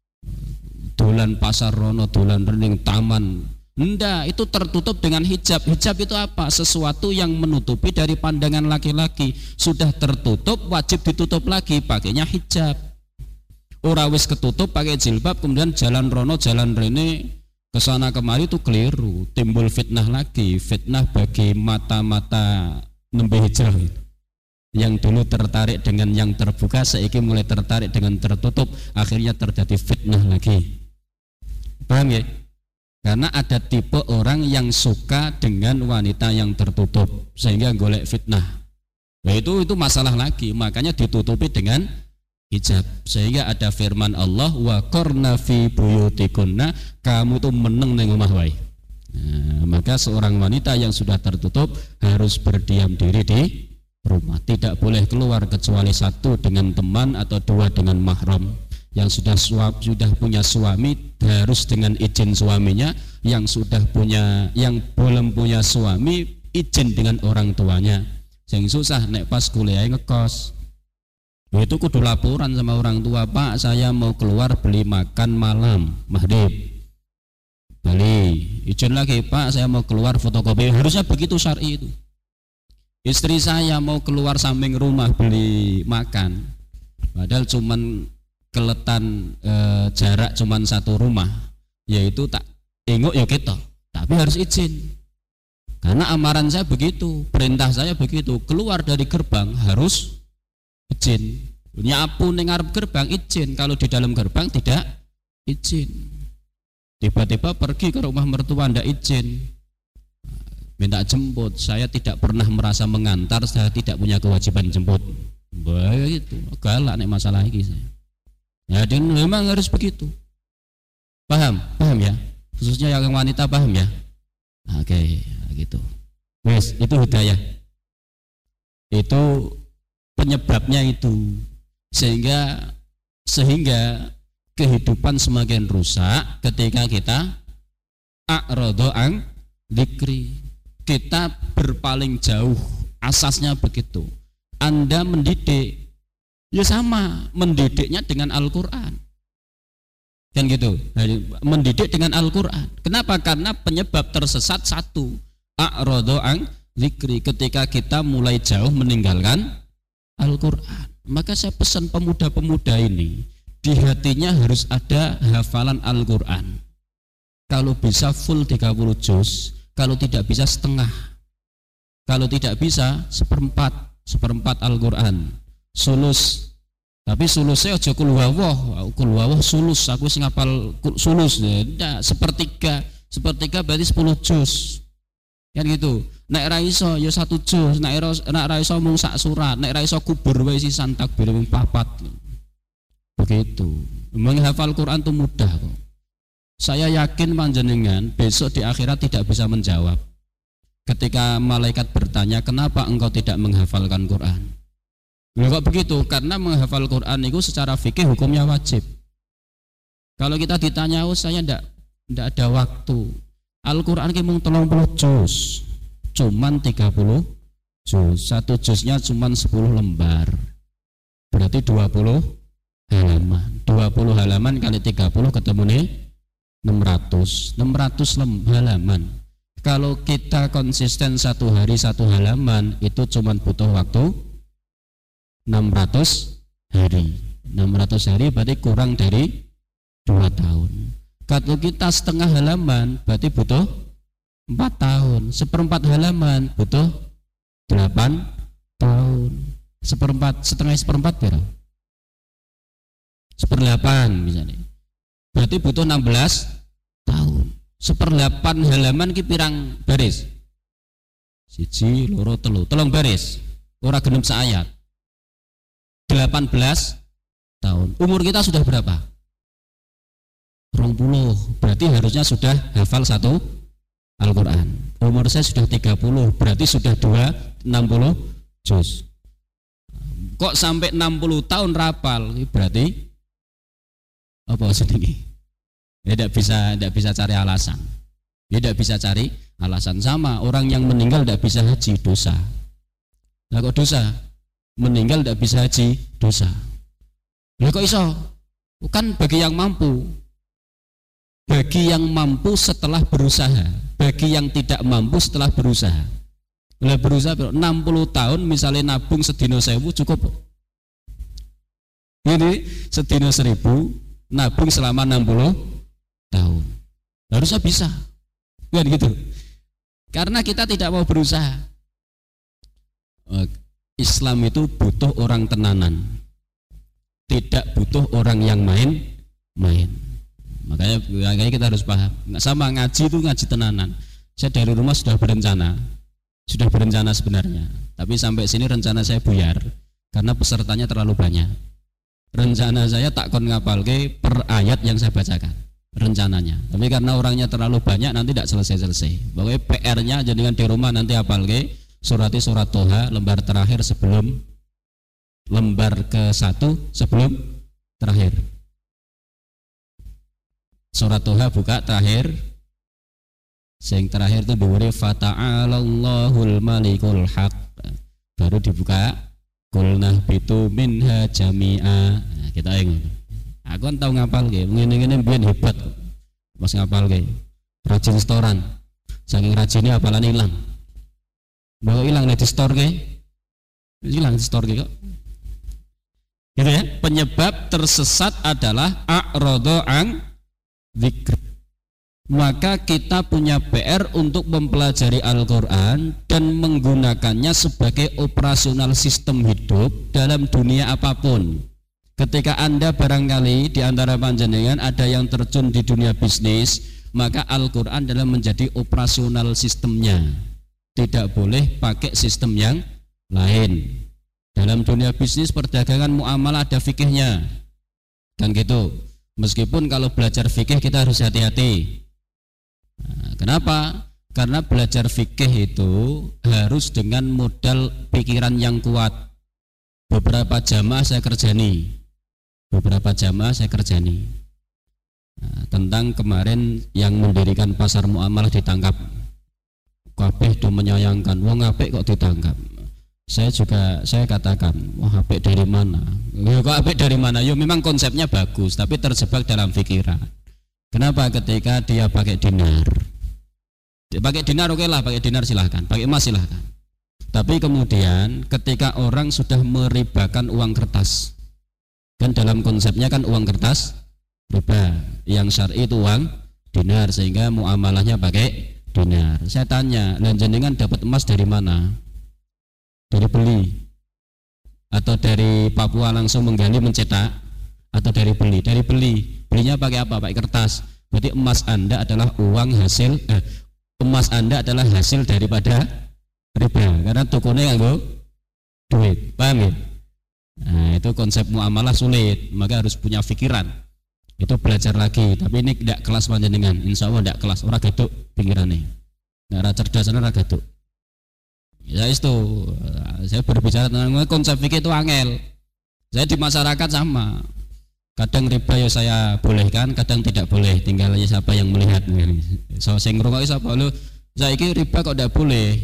Dolan pasar rono, dolan rening taman. Enggak, itu tertutup dengan hijab. Hijab itu apa? Sesuatu yang menutupi dari pandangan laki-laki. Sudah tertutup, wajib ditutup lagi, pakainya hijab. Ora wis ketutup pakai jilbab kemudian jalan rono jalan rene kesana kemari itu keliru, timbul fitnah lagi, fitnah bagi mata-mata nembe hijrah itu. Yang dulu tertarik dengan yang terbuka, seiki mulai tertarik dengan tertutup, akhirnya terjadi fitnah lagi. Paham ya? Karena ada tipe orang yang suka dengan wanita yang tertutup sehingga golek fitnah. Nah itu masalah lagi, makanya ditutupi dengan hijab. Sehingga ada firman Allah, wa qarna fi buyutikunna, kamu tuh meneng ning omah wae. Nah, maka seorang wanita yang sudah tertutup harus berdiam diri di rumah, tidak boleh keluar kecuali satu dengan teman atau dua dengan mahram. Yang sudah punya suami harus dengan izin suaminya, yang belum punya suami izin dengan orang tuanya. Yang susah nek pas kuliah ngekos. Itu kudu laporan sama orang tua, Pak saya mau keluar beli makan malam Mahdib, beli izin lagi, Pak saya mau keluar fotokopi. Harusnya begitu syar'i itu. Istri saya mau keluar samping rumah beli makan, padahal cuman keletan jarak cuman satu rumah, yaitu tak tengok ya kita, tapi harus izin. Karena amaran saya begitu, perintah saya begitu, keluar dari gerbang harus izin. Nyapu ning ngarep gerbang izin, kalau di dalam gerbang tidak izin. Tiba-tiba pergi ke rumah mertua ndak izin, minta jemput, saya tidak pernah merasa mengantar, saya tidak punya kewajiban jemput. Begitu, galak nek masalah ini saya. Ya dan memang harus begitu. Paham ya? Khususnya yang wanita paham ya? Oke, gitu. Wes, itu hidayah. Itu penyebabnya itu. Sehingga kehidupan semakin rusak ketika kita a'rada an dzikri. Kita berpaling jauh, asasnya begitu. Anda mendidik, ya sama, mendidiknya dengan Al-Quran. Kan gitu, mendidik dengan Al-Quran. Kenapa? Karena penyebab tersesat satu, a'rada an dzikri, ketika kita mulai jauh meninggalkan Al-Quran. Maka saya pesan pemuda-pemuda ini, di hatinya harus ada hafalan Al-Quran. Kalau bisa full 30 juz, kalau tidak bisa setengah, kalau tidak bisa seperempat Al-Quran, sulus. Tapi sulusnya aja kul wawah sulus, aku sing ngapal sulus, tidak, sepertiga berarti 10 juz. Kan gitu. Nek ra iso ya 1 juz, nek ra iso mung sak surat, nek ra iso kubur wae sisan takbir mung 4. Begitu. Menghafal Quran itu mudah kok. Saya yakin panjenengan besok di akhirat tidak bisa menjawab. Ketika malaikat bertanya, "Kenapa engkau tidak menghafalkan Quran?" Loh kok begitu? Karena menghafal Quran itu secara fikih hukumnya wajib. Kalau kita ditanya, "Oh, saya enggak ada waktu." Al-Quran ki mung 30 juz. Cuman 30 juz. Satu juznya cuman 10 lembar. Berarti 20 halaman. 20 halaman kali 30 ketemu nih 600 halaman. Kalau kita konsisten satu hari satu halaman itu cuma butuh waktu 600 hari. 600 hari berarti kurang dari 2 tahun. Kalau kita setengah halaman berarti butuh 4 tahun. Seperempat halaman butuh 8 tahun. Setengah seperempat berapa? 1/8 misalnya. Berarti butuh 16 tahun. 1/8 halaman ki pirang baris? 1, 2, 3, telung baris. Ora genep saayat. 18 tahun. Umur kita sudah berapa? 20. Berarti harusnya sudah hafal satu Al-Quran. Umur saya sudah 30. Berarti sudah 60 juz. Kok sampai 60 tahun rapal? Berarti apa sedikit? Tidak bisa cari alasan. Tidak bisa cari alasan. Sama orang yang meninggal tidak bisa haji, dosa. Nah kok dosa? Meninggal tidak bisa haji, dosa. Lah kok iso? Bukan bagi yang mampu. Bagi yang mampu setelah berusaha. Bagi yang tidak mampu setelah berusaha. Lah berusaha 60 tahun misalnya nabung sedino 1000 cukup. Ini sedino 1000 nabung selama 60 tahun. Harusnya bisa. Bukan gitu. Karena kita tidak mau berusaha. Islam itu butuh orang tenanan. Tidak butuh orang yang main-main. Makanya kita harus paham. Nggak sama ngaji itu ngaji tenanan. Saya dari rumah sudah berencana sebenarnya. Tapi sampai sini rencana saya buyar karena pesertanya terlalu banyak. Rencana saya tak kon ngapalke per ayat yang saya bacakan. Rencananya. Tapi karena orangnya terlalu banyak nanti tidak selesai-selesai. Pokoknya PR-nya jadikan di rumah nanti hafalke surat Toha lembar terakhir sebelum lembar ke-1 sebelum terakhir. Surat Toha buka terakhir. Yang terakhir itu diwiri fata'alallahul malikul haq. Baru dibuka qulnah bitu minha jami'a. Nah, kita ingat. Aku kan tahu ngapal ke, ngene-ngene mbiyen hebat kok. Pas ngapal ke, rajin setoran. Saking rajinnya hafalan hilang. Bawa hilang di store ke, hilang di store ke kok. Gitu ya. Penyebab tersesat adalah a'rada an dzikr. Maka kita punya PR untuk mempelajari Al-Quran dan menggunakannya sebagai operasional sistem hidup dalam dunia apapun. Ketika Anda barangkali di antara panjenengan ada yang terjun di dunia bisnis, maka Al-Quran adalah menjadi operasional sistemnya. Tidak boleh pakai sistem yang lain. Dalam dunia bisnis, perdagangan, muamalah ada fikihnya. Kan gitu. Meskipun kalau belajar fikih kita harus hati-hati. Nah, kenapa? Karena belajar fikih itu harus dengan modal pikiran yang kuat. Beberapa jamaah saya kerjani. Nah, tentang kemarin yang mendirikan pasar muamalah ditangkap. Kabeh do menyayangkan, wong apik kok ditangkap. Saya katakan, wah apik dari mana? Ya kok apik dari mana? Ya memang konsepnya bagus, tapi terjebak dalam pikiran. Kenapa? Ketika dia pakai dinar. Dia pakai dinar oke lah, pakai dinar silahkan, pakai emas silahkan. Tapi kemudian ketika orang sudah meribakan uang kertas, kan dalam konsepnya kan uang kertas riba, yang syar'i itu uang dinar, sehingga muamalahnya pakai dinar. Saya tanya, jenengan dapat emas dari mana? Dari beli atau dari Papua langsung menggali mencetak, atau dari beli? Dari beli. Belinya pakai apa? Pakai kertas. Berarti emas Anda adalah hasil daripada riba, karena tokonya nganggo duit. Paham ya? Nah, itu konsep muamalah sulit, maka harus punya pikiran. Itu belajar lagi, tapi ini tidak kelas panjenengan. Insya Allah tidak kelas, orang gaduk pikirannya. Nggak cerdas, orang gaduk. Ya itu, saya berbicara tentang konsep fikih itu angel. Saya di masyarakat sama. Kadang riba ya saya bolehkan, kadang tidak boleh. Tinggal siapa yang melihat. So sing ngrungoki sapa lho, saiki riba kok tidak boleh.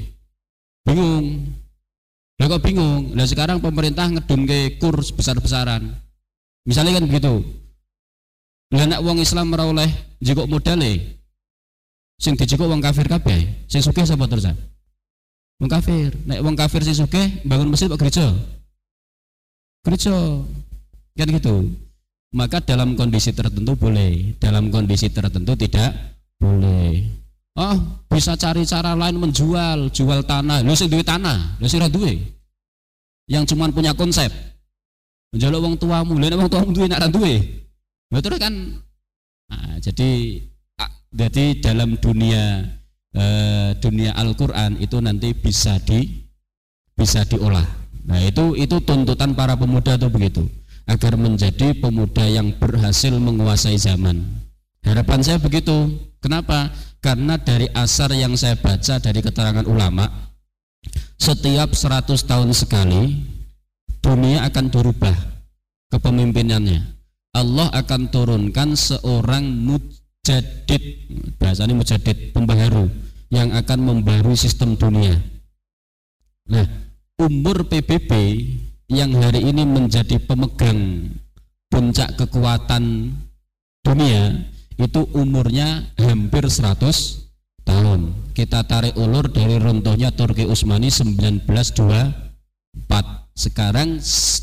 Bingung. Lah kok bingung? Lah sekarang pemerintah ngedunke kurs besar-besaran. Misalnya kan begitu. Lah nek wong Islam ora oleh njikuk modale, sing dijikuk wong kafir kabeh. Sing sugih sapa terusan? Wong kafir. Nek wong kafir sing sugih bangun masjid apa gereja? Gereja. Kan gitu. Maka dalam kondisi tertentu boleh, dalam kondisi tertentu tidak boleh. Oh, bisa cari cara lain menjual, jual tanah. Lu sing duwe tanah, lu sing ora duwe. Yang cuman punya konsep. Njaluk wong tuamu, lha nek wong tuamu duwe nek ora duwe. Betul kan? Nah, jadi dalam dunia dunia Al-Qur'an itu nanti bisa diolah. Nah, itu tuntutan para pemuda tuh begitu, agar menjadi pemuda yang berhasil menguasai zaman. Harapan saya begitu. Kenapa? Karena dari asar yang saya baca dari keterangan ulama, setiap 100 tahun sekali dunia akan dirubah kepemimpinannya. Allah akan turunkan seorang mujaddid, bahasanya mujaddid, pembaharu, yang akan membaharui sistem dunia. Nah, umur PBB yang hari ini menjadi pemegang puncak kekuatan dunia itu umurnya hampir 100 tahun. Kita tarik ulur dari runtuhnya Turki Utsmani 1924, sekarang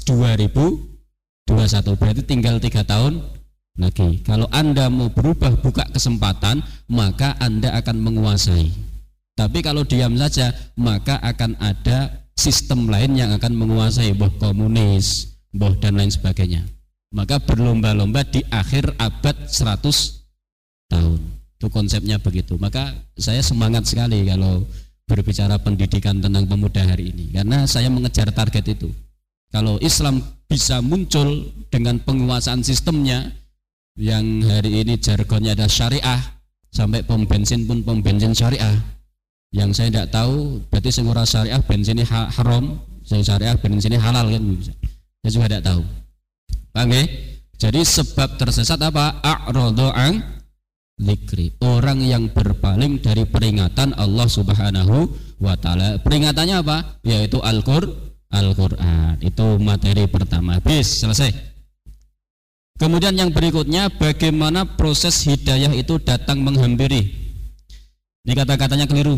2021, berarti tinggal 3 tahun lagi. Kalau Anda mau berubah, buka kesempatan, maka Anda akan menguasai. Tapi kalau diam saja, maka akan ada sistem lain yang akan menguasai, boh komunis, boh dan lain sebagainya. Maka berlomba-lomba di akhir abad 100 tahun. Itu konsepnya begitu. Maka saya semangat sekali kalau berbicara pendidikan tentang pemuda hari ini, karena saya mengejar target itu. Kalau Islam bisa muncul dengan penguasaan sistemnya, yang hari ini jargonnya ada syariah, sampai pom bensin pun pom bensin syariah. Yang saya tidak tahu berarti sing ora syariah bensinnya haram, sing syariah bensinnya halal kan? Saya juga tidak tahu. Paham ya? Jadi sebab tersesat apa? A'radu an dzikri. Orang yang berpaling dari peringatan Allah Subhanahu wa taala. Peringatannya apa? Yaitu Al-Qur'an. Itu materi pertama. Habis, selesai. Kemudian yang berikutnya, bagaimana proses hidayah itu datang menghampiri. Ini kata-katanya keliru.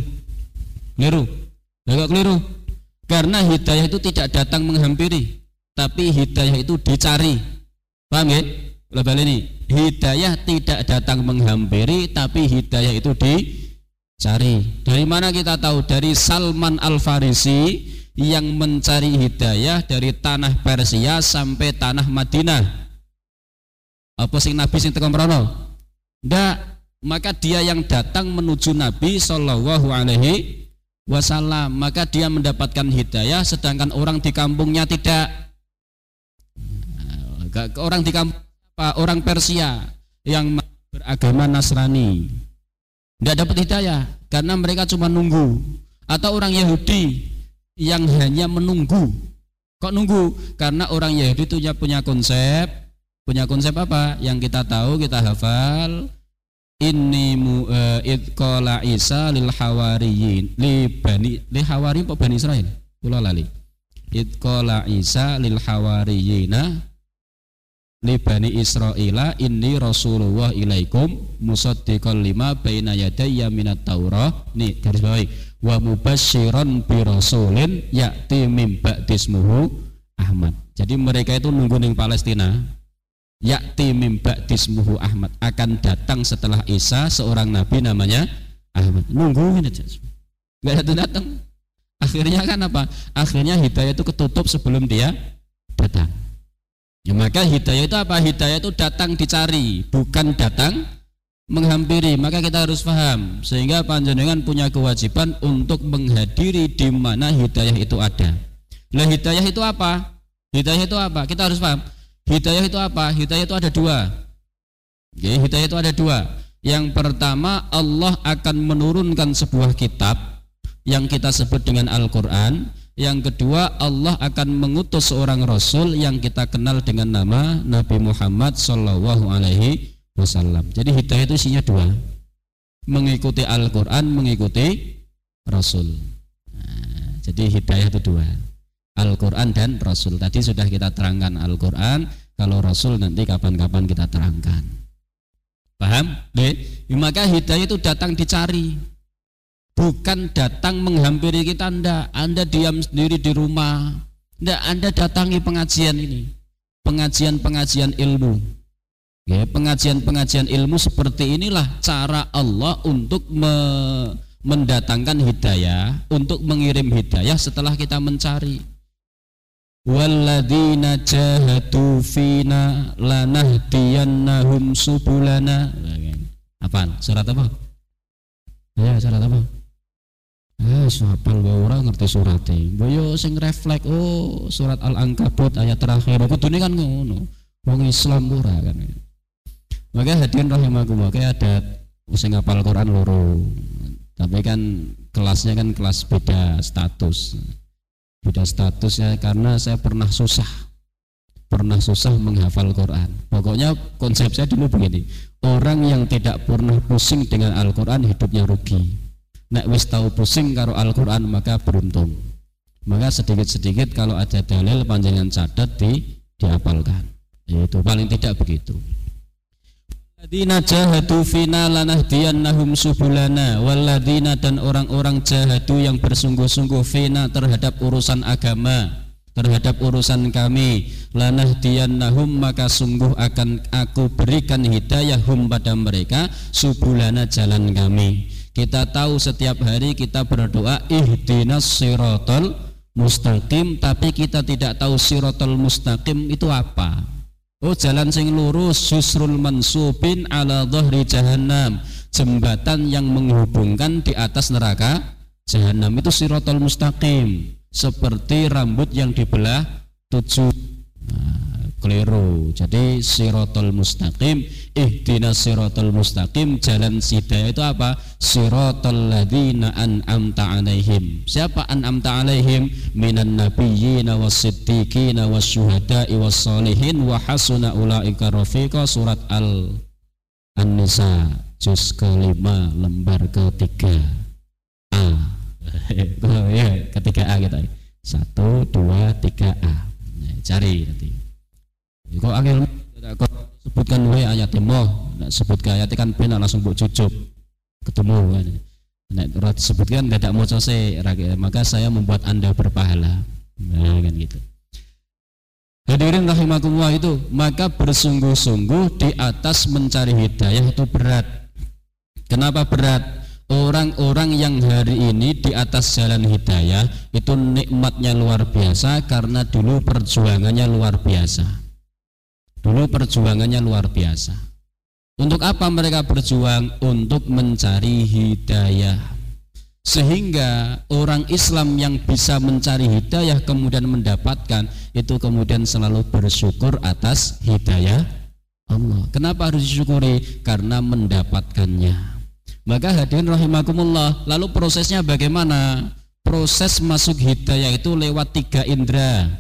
Kok keliru? Karena hidayah itu tidak datang menghampiri, tapi hidayah itu dicari. Paham ya? Lebal ini, hidayah tidak datang menghampiri, tapi hidayah itu dicari. Dari mana kita tahu? Dari Salman Al-Farisi yang mencari hidayah dari tanah Persia sampai tanah Madinah. Apa sing Nabi sing tekan mrono? Ndak. Maka dia yang datang menuju Nabi Shallallahu Alaihi Wasallam, maka dia mendapatkan hidayah, sedangkan orang di kampungnya tidak. Orang di kampung apa? Orang Persia yang beragama Nasrani tidak dapat hidayah karena mereka cuma nunggu. Atau orang Yahudi yang hanya menunggu. Kok nunggu? Karena orang Yahudi itu punya konsep apa? Yang kita tahu, kita hafal. Inni idqala Isa lil hawariyin li hawari apa Bani Israil? Kula lali. Idqala Isa lil hawariyina li Bani Israila inni Rasulullah ilaikum musaddiqan lima baina yadayya minat Taurah. Nih garis bawahi. Wa mubasysyiran bi rasulin ya'ti mim ba'dismuhu Ahmad. Jadi mereka itu nunggu ning Palestina. Ya'ti mim ba'dismuhu Ahmad, akan datang setelah Isa seorang nabi namanya Ahmad. Nungguin aja, nggak datang. Akhirnya kan apa? Akhirnya hidayah itu ketutup sebelum dia datang. Ya, maka hidayah itu apa? Hidayah itu datang dicari, bukan datang menghampiri. Maka kita harus paham, sehingga panjenengan punya kewajiban untuk menghadiri di mana hidayah itu ada. Lah hidayah itu apa? Hidayah itu apa? Kita harus paham. Hidayah itu apa? Hidayah itu ada dua. Oke, hidayah itu ada dua. Yang pertama, Allah akan menurunkan sebuah kitab yang kita sebut dengan Al-Quran. Yang kedua, Allah akan mengutus seorang Rasul yang kita kenal dengan nama Nabi Muhammad Sallallahu Alaihi Wasallam. Jadi hidayah itu isinya dua, mengikuti Al-Quran, mengikuti Rasul. Nah, jadi hidayah itu dua, Al-Quran dan Rasul. Tadi sudah kita terangkan Al-Quran. Kalau Rasul nanti kapan-kapan kita terangkan. Paham? Maka hidayah itu datang dicari, bukan datang menghampiri kita. Anda diam sendiri di rumah, Anda datangi pengajian ini, pengajian ilmu. Ya, pengajian ilmu seperti inilah cara Allah untuk mendatangkan hidayah, untuk mengirim hidayah setelah kita mencari. Walladzina jahadu fina lanahdiyannahum subulana. Apaan? Surat apa? Ya, surat apa? Hafal wae ora ngerti surate. Boyo sing refleks, oh surat Al-Ankabut ayat terakhir. Kudune kan ngono. Wong Islam ora kan. Maka hadirin rahimakumullah, kayak ada sing hafal Quran loro. Tapi kan kelasnya kan kelas beda status. Beda statusnya karena saya pernah susah menghafal Quran. Pokoknya konsep saya dulu begini, orang yang tidak pernah pusing dengan Al-Quran hidupnya rugi. Nek wis tahu pusing karo Al-Quran maka beruntung. Maka sedikit-sedikit kalau ada dalil panjangan catat dihafalkan. Itu paling tidak begitu. Walladzina jahadu fina lanahdiyannahum subulana. Walladzina, dan orang-orang jahadu yang bersungguh-sungguh fina terhadap urusan agama, terhadap urusan kami, lanahdiyannahum, maka sungguh akan aku berikan hidayah hum pada mereka, subulana, jalan kami. Kita tahu setiap hari kita berdoa ihdinas siratal mustaqim, tapi kita tidak tahu siratal mustaqim itu apa. Oh, jalan sing lurus, susrul mansubin ala dhahri jahannam, jembatan yang menghubungkan di atas neraka jahannam, itu siratal mustaqim. Seperti rambut yang dibelah 7. Keliru. Jadi siratal mustaqim, ihdinas siratal mustaqim, jalan hidayah itu apa? Siratal ladzina an'amta alaihim. Siapa an'amta alaihim? Minan nabiyyina was-siddiqina wasyuhada'i was-sholihin wa hasuna ulaika rafiqa. Surat An-Nisa juz ke-5 lembar ke-3 A. Ketiga A kita. 1, 2, 3 A. Cari nanti. Kok akhir kok sebutkan wae ayat emoh, nek sebutkan ayat kan benar langsung mbok cucup ketemu kan. Nek ora disebutkan tidak maca se, maka saya membuat Anda berpahala. Nah, kan gitu. Hadirin rahimakumullah, itu maka bersungguh-sungguh di atas mencari hidayah itu berat. Kenapa berat? Orang-orang yang hari ini di atas jalan hidayah itu nikmatnya luar biasa karena dulu perjuangannya luar biasa. Untuk apa mereka berjuang? Untuk mencari hidayah. Sehingga orang Islam yang bisa mencari hidayah kemudian mendapatkan, itu kemudian selalu bersyukur atas hidayah Allah. Kenapa harus disyukuri? Karena mendapatkannya. Maka hadirin rahimakumullah, lalu prosesnya bagaimana? Proses masuk hidayah itu lewat 3 indera.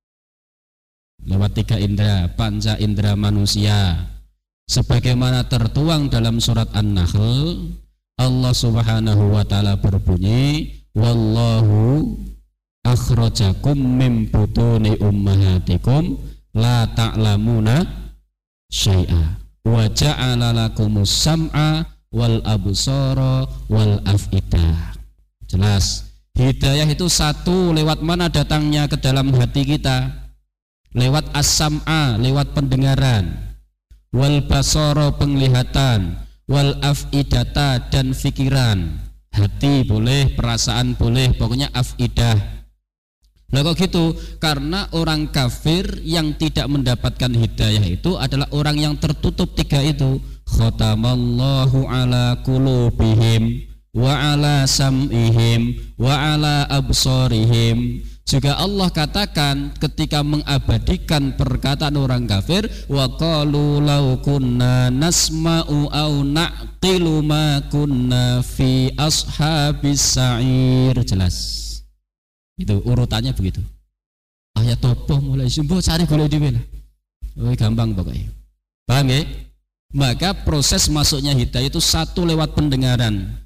Panca indera manusia. Sebagaimana tertuang dalam surat An-Nahl, Allah Subhanahu wa taala berbunyi, wallahu akhrajakum min butuni ummahatikum la ta'lamuna syai'a wa ja'ala lakumus sam'a wal absara wal af'idah. Jelas, hidayah itu satu, lewat mana datangnya ke dalam hati kita? Lewat as-sam'a, lewat pendengaran, wal basara, penglihatan, wal af'idata, dan fikiran. Hati boleh, perasaan boleh, pokoknya afidah. Nah kok gitu? Karena orang kafir yang tidak mendapatkan hidayah itu adalah orang yang tertutup 3 itu. Khatamallahu ala qulubihim wa ala sam'ihim wa ala absarihim. Juga Allah katakan ketika mengabadikan perkataan orang kafir, wa qalu law kunna nasma'u aw na'qilu ma kunna fi ashabis sa'ir. Jelas. Itu urutannya begitu. Ayat topo mulai sumbo cari golek dhewe lah. Oh, gampang pokoknya. Paham ya? Maka proses masuknya hidayah itu satu lewat pendengaran.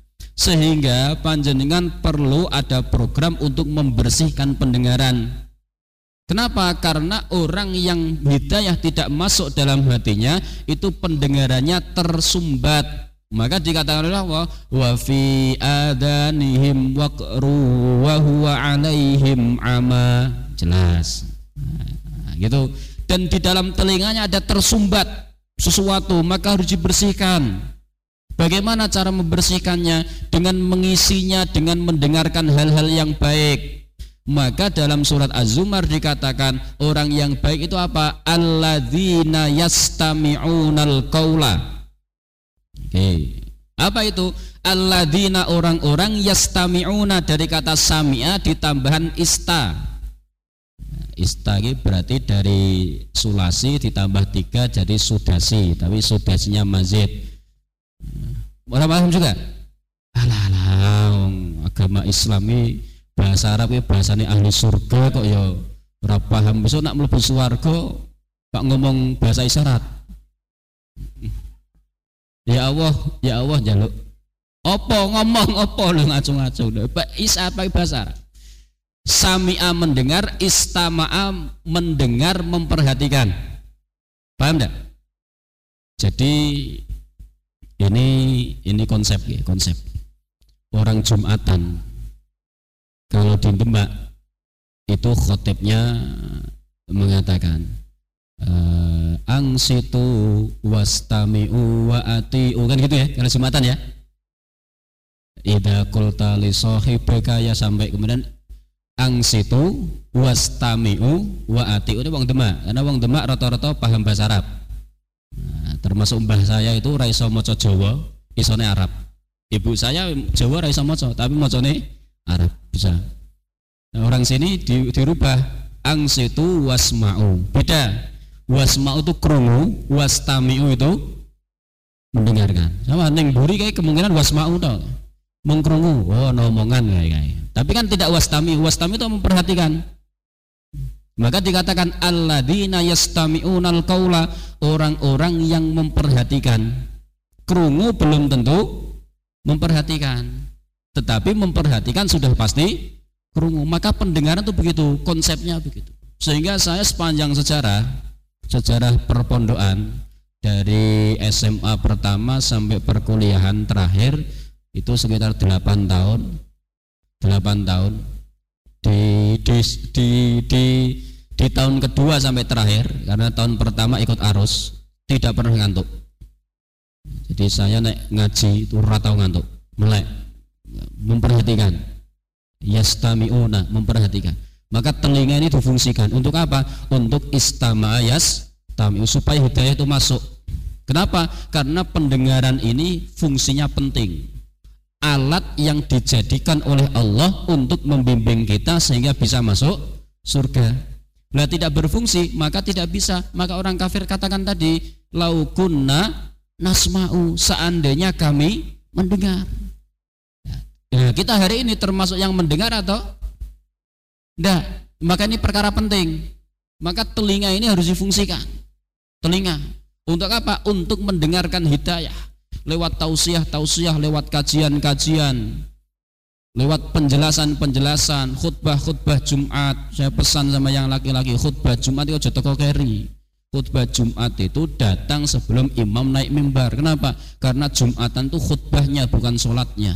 Sehingga panjenengan perlu ada program untuk membersihkan pendengaran. Kenapa? Karena orang yang hidayah tidak masuk dalam hatinya itu pendengarannya tersumbat. Maka dikatakan oleh Allah, wa fi adanihim waqru wa huwa alaihim ama. Jelas. Nah, gitu. Dan di dalam telinganya ada tersumbat sesuatu, maka harus dibersihkan. Bagaimana cara membersihkannya? Dengan mengisinya, dengan mendengarkan hal-hal yang baik. Maka dalam surat Az-Zumar dikatakan orang yang baik itu apa? Alladzina yastami'unal qaula. Oke. Apa itu? Alladzina, orang-orang yastami'una, dari kata sami'a ditambahan ista. Ista ini berarti dari sulasi ditambah 3 jadi sudasi, tapi sudasinya mazid. Orang paham juga? Alah, agama Islami bahasa Arab bahasanya ahli surga kok ya ora paham. Besok nak mlebu swarga kok ngomong bahasa isyarat. Ya Allah njaluk. Apa ngomong apa lho ngacung-ngacung. Isa apa bahasa Arab? Sami'a mendengar, istama'a mendengar, memperhatikan. Paham enggak? Jadi ini konsep ya, konsep. Orang Jumatan kalau di Demak itu khotibnya mengatakan angsitu wastami'u wa ati'u, kan gitu ya kalau Jumatan ya. Idza qulta li sahibika, ya sampai kemudian angsitu wastami'u wa ati'u. Ini wong Demak, karena wong Demak rata-rata paham bahasa Arab. Nah, termasuk mbah saya itu ra iso maca Jawa, isone Arab. Ibu saya Jawa ra iso maca, tapi macane Arab bisa. Nah, orang sini dirubah angsitu wasma'u. Beda. Wasma'u itu krungu, wastami'u itu mendengarkan. Sama ning buri kayak kemungkinan wasma'u to. Mengkrungu, oh omongan kayak. Tapi kan tidak wastami'u. Wastami'u itu memperhatikan. Maka dikatakan alladzina yastami'unal qaula, orang-orang yang memperhatikan. Krungu belum tentu memperhatikan, tetapi memperhatikan sudah pasti krungu. Maka pendengaran itu begitu, konsepnya begitu. Sehingga saya sepanjang sejarah perpondokan dari SMA pertama sampai perkuliahan terakhir itu sekitar 8 tahun. 8 tahun di tahun kedua sampai terakhir, karena tahun pertama ikut arus tidak pernah ngantuk. Jadi saya naik ngaji itu ratau ngantuk, melek, memperhatikan. Yastami'una, memperhatikan. Maka telinga ini difungsikan untuk apa? Untuk istama'a yastami'u, supaya hidayah itu masuk. Kenapa? Karena pendengaran ini fungsinya penting. Alat yang dijadikan oleh Allah untuk membimbing kita sehingga bisa masuk surga. Bila tidak berfungsi maka tidak bisa. Maka orang kafir katakan tadi, laukunna nasma'u, seandainya kami mendengar. Nah, kita hari ini termasuk yang mendengar atau tidak? Maka ini perkara penting. Maka telinga ini harus difungsikan. Telinga untuk apa? Untuk mendengarkan hidayah. Lewat tausiah, lewat kajian, lewat penjelasan, khutbah Jumat. Saya pesan sama yang laki-laki, khutbah Jumat itu jatuh keri. Khutbah Jumat itu datang sebelum imam naik mimbar. Kenapa? Karena Jumatan itu khutbahnya bukan sholatnya.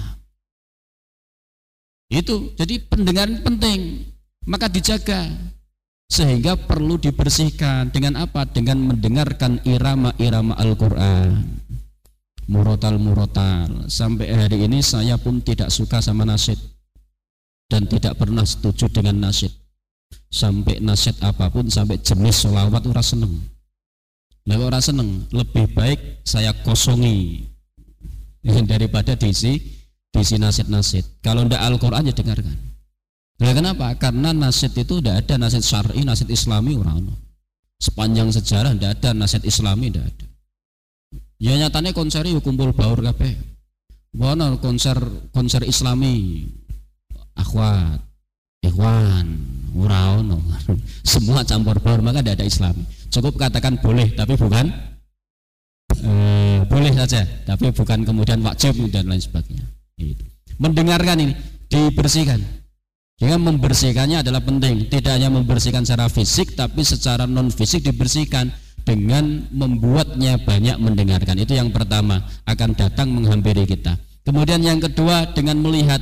Itu, jadi pendengaran penting, maka dijaga. Sehingga perlu dibersihkan dengan apa? Dengan mendengarkan irama-irama Al-Quran. Murotal. Sampai hari ini saya pun tidak suka sama nasyid dan tidak pernah setuju dengan nasyid. Sampai nasyid apapun, sampai jenis sholawat ora seneng. Ora seneng, lebih baik saya kosongi daripada diisi nasyid. Kalau ndak Al-Quran ya dengarkan. Nah, kenapa? Karena nasyid itu tidak ada nasyid syar'i, nasyid islami ora ono. Sepanjang sejarah tidak ada nasyid islami, tidak ada. Ya nyatanya konser itu kumpul baur kabeh. Wono konser islami, akhwat, ikhwan, ora ono. Semua campur baur, maka tidak ada islami. Cukup katakan boleh, tapi bukan boleh saja, tapi bukan kemudian wajib dan lain sebagainya. Gitu. Mendengarkan ini dibersihkan. Sehingga membersihkannya adalah penting. Tidak hanya membersihkan secara fisik, tapi secara non fisik dibersihkan dengan membuatnya banyak mendengarkan. Itu yang pertama, akan datang menghampiri kita. Kemudian yang kedua dengan melihat.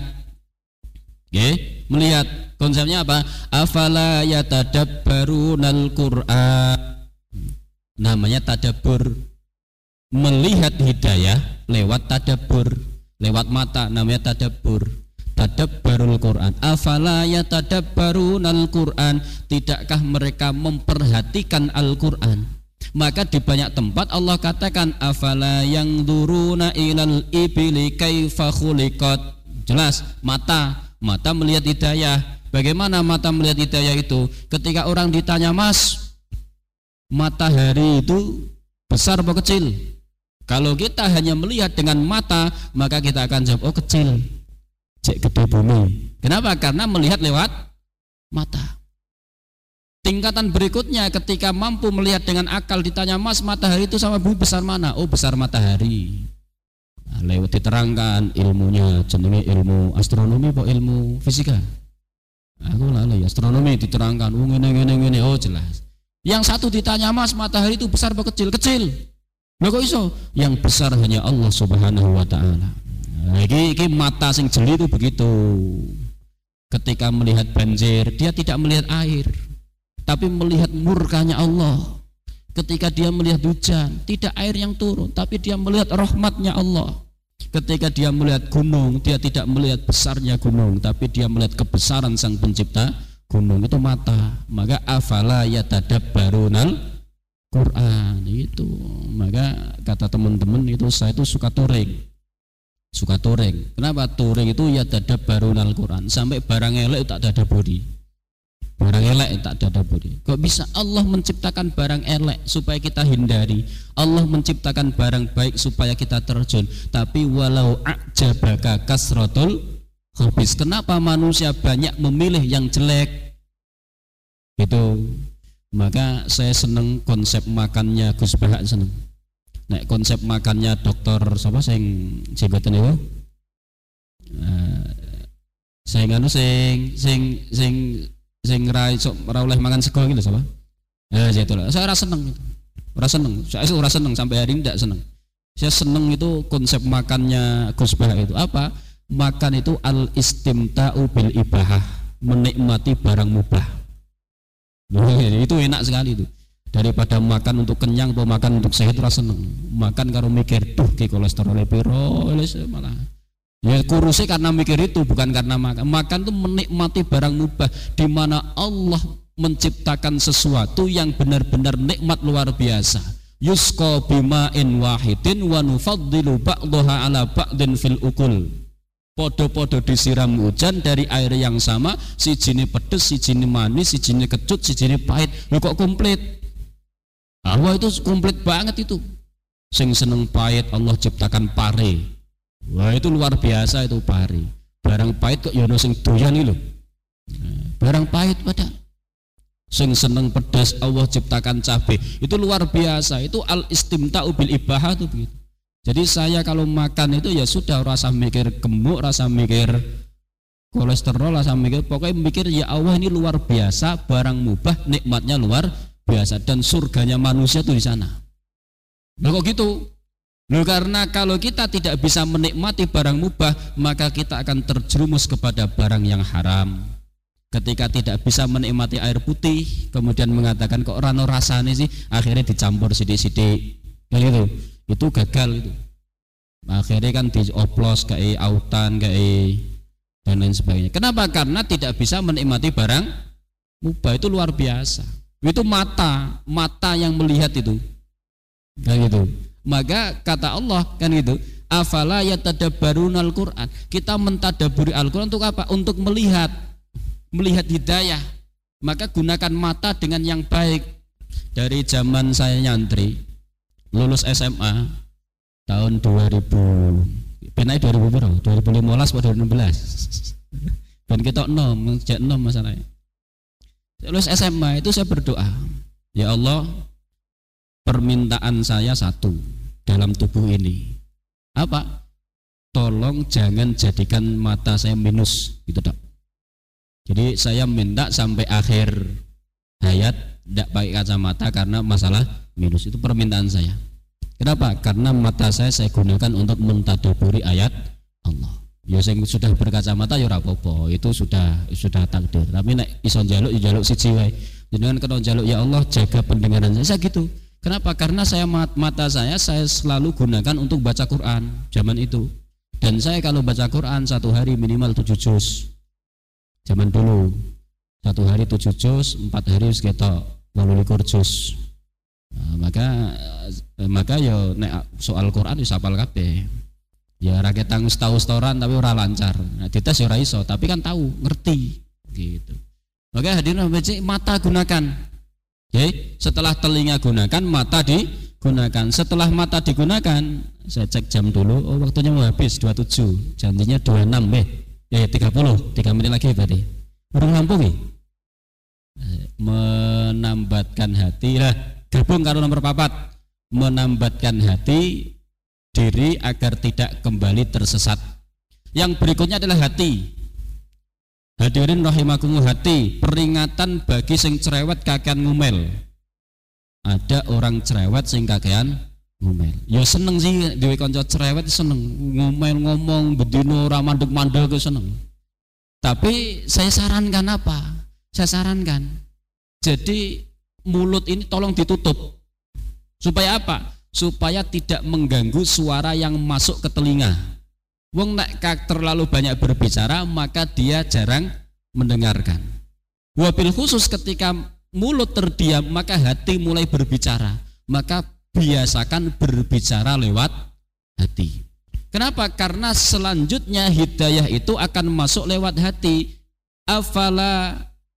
Oke, melihat. Konsepnya apa? Afala yatadabbarunal Qur'an. Namanya tadabbur. Melihat hidayah lewat tadabbur, lewat mata, namanya tadabbur. Tadabbarul Quran. Afala yatadabbarunal Quran. Tidakkah mereka memperhatikan Al-Quran? Maka di banyak tempat Allah katakan afala yanzuruna ilal ibili kaifa khuliqat. Jelas, mata melihat hidayah. Bagaimana mata melihat hidayah itu? Ketika orang ditanya, "Mas, matahari itu besar atau kecil?" Kalau kita hanya melihat dengan mata, maka kita akan jawab, "Oh, kecil. Cek gede bumi." Kenapa? Karena melihat lewat mata. Tingkatan berikutnya ketika mampu melihat dengan akal, ditanya, "Mas, matahari itu sama bumi besar mana?" "Oh, besar matahari." Nah, lewat diterangkan ilmunya, jenenge ilmu astronomi atau ilmu fisika. Aku lalu ya astronomi diterangkan, ngene. Oh, jelas. Yang satu ditanya, "Mas, matahari itu besar atau kecil?" "Kecil." Loh kok iso? Yang besar hanya Allah Subhanahu wa taala. Nah, ini mata sing jeli itu begitu. Ketika melihat banjir, dia tidak melihat air, tapi melihat murkanya Allah. Ketika dia melihat hujan, tidak air yang turun, tapi dia melihat rahmatnya Allah. Ketika dia melihat gunung, dia tidak melihat besarnya gunung, tapi dia melihat kebesaran Sang Pencipta gunung. Itu mata. Maka afala yatadabbarunal Quran itu. Maka kata teman-teman itu, saya itu suka touring. Kenapa touring itu? Yatadabbarunal Quran. Sampai barang elek tak tadaburi. Barang elek tak tadaburi. Kok bisa Allah menciptakan barang elek supaya kita hindari? Allah menciptakan barang baik supaya kita terjun. Tapi walau a'jabaka kasratul khabis. Kenapa manusia banyak memilih yang jelek? Itu. Maka saya seneng konsep makannya Gus Bahak, seneng. Nek konsep makannya dokter sapa sing jenggoten niku? Saya nganu sing ora oleh mangan sego iki lho sapa? Saya ora seneng itu. Saya ora seneng sampai hari ini tidak seneng. Saya seneng itu konsep makannya Gus Bahak itu. Apa? Makan itu al-istimta'u bil ibahah, menikmati barang mubah. Itu enak sekali itu. Daripada makan untuk kenyang atau makan untuk sehat, rasa seneng. Makan karo mikir, duh ki kolesterol piro, malah. Ya kurusnya karena mikir itu, bukan karena makan. Makan itu menikmati barang mubah, di mana Allah menciptakan sesuatu yang benar-benar nikmat luar biasa. Yusqa bima'in wahidin wa nufaddilu ba'daha ala ba'din fil ukul. Podo-podo disiram hujan dari air yang sama, si jini pedes, si jini manis, si jini kecut, si jini pahit. Loh kok komplit? Allah itu komplit banget itu. Sing seneng pahit Allah ciptakan pare. Wah itu luar biasa itu pare. Barang pahit kok yono sing doyan iki lho. Barang pahit pada. Sing seneng pedas Allah ciptakan cabai. Itu luar biasa. Itu al-istimta'u bil ibahah itu begitu. Jadi saya kalau makan itu ya sudah rasa mikir gemuk, rasa mikir kolesterol, rasa mikir, pokoknya mikir ya Allah ini luar biasa, barang mubah, nikmatnya luar biasa, dan surganya manusia itu di sana. Loh kok gitu? Loh karena kalau kita tidak bisa menikmati barang mubah, maka kita akan terjerumus kepada barang yang haram. Ketika tidak bisa menikmati air putih, kemudian mengatakan kok rano rasanya sih, akhirnya dicampur sidik-sidik, kayak gitu. Itu gagal itu. Akhirnya kan dioplos kayak autan kayak dan lain sebagainya. Kenapa? Karena tidak bisa menikmati barang mubah. Itu luar biasa. Itu mata yang melihat itu. Kan gitu. Maka kata Allah kan gitu, afala yatadabbarunal Quran. Kita mentadaburi Al-Quran untuk apa? Untuk melihat hidayah. Maka gunakan mata dengan yang baik. Dari zaman saya nyantri lulus SMA tahun 2000 penai 2000 berapa? 2015 atau 2016 dan kita 6 masalahnya. Lulus SMA itu saya berdoa, ya Allah, permintaan saya satu dalam tubuh ini apa? Tolong jangan jadikan mata saya minus gitu dok. Jadi saya minta sampai akhir hayat tidak pakai kacamata karena masalah minus. Itu permintaan saya. Kenapa? Karena mata saya gunakan untuk mentadaburi ayat Allah. Ya sing sudah berkacamata ya ora apa-apa, itu sudah takdir. Tapi nek iso njaluk ya njaluk siji wae. Jenengan kena njaluk ya Allah jaga pendengaran saya gitu. Kenapa? Karena mata saya selalu gunakan untuk baca Quran zaman itu. Dan saya kalau baca Quran satu hari minimal 7 juz. Zaman dulu satu hari 7 juz, 4 hari wis ketok 28 juz. Nah, maka ya nek soal Quran wis hafal kabeh. Ya rakyat tanggung tahu setoran tapi ora lancar. Nah, dites ya ora iso, tapi kan tahu, ngerti gitu. Maka hadirin mata gunakan. Oke, setelah telinga gunakan, mata digunakan. Setelah mata digunakan, saya cek jam dulu, oh waktunya mau habis 27, janjinya 26 30, 3 menit lagi berarti. Orang lampu nih. Menambatkan hati lah, gabung karo nomor 4. Menambatkan hati diri agar tidak kembali tersesat. Yang berikutnya adalah hati. Hadirin rahimakumullah, hati peringatan bagi sing cerewet kakean ngumel. Ada orang cerewet sing kakean ngumel. Ya seneng sih dhewe kanca cerewet seneng ngumel ngomong bedino ora mandeg-mandeg seneng. Tapi saya sarankan apa? Saya sarankan jadi mulut ini tolong ditutup. Supaya apa? Supaya tidak mengganggu suara yang masuk ke telinga. Wong nek terlalu banyak berbicara maka dia jarang mendengarkan. Wabil khusus ketika mulut terdiam maka hati mulai berbicara. Maka biasakan berbicara lewat hati. Kenapa? Karena selanjutnya hidayah itu akan masuk lewat hati. Afala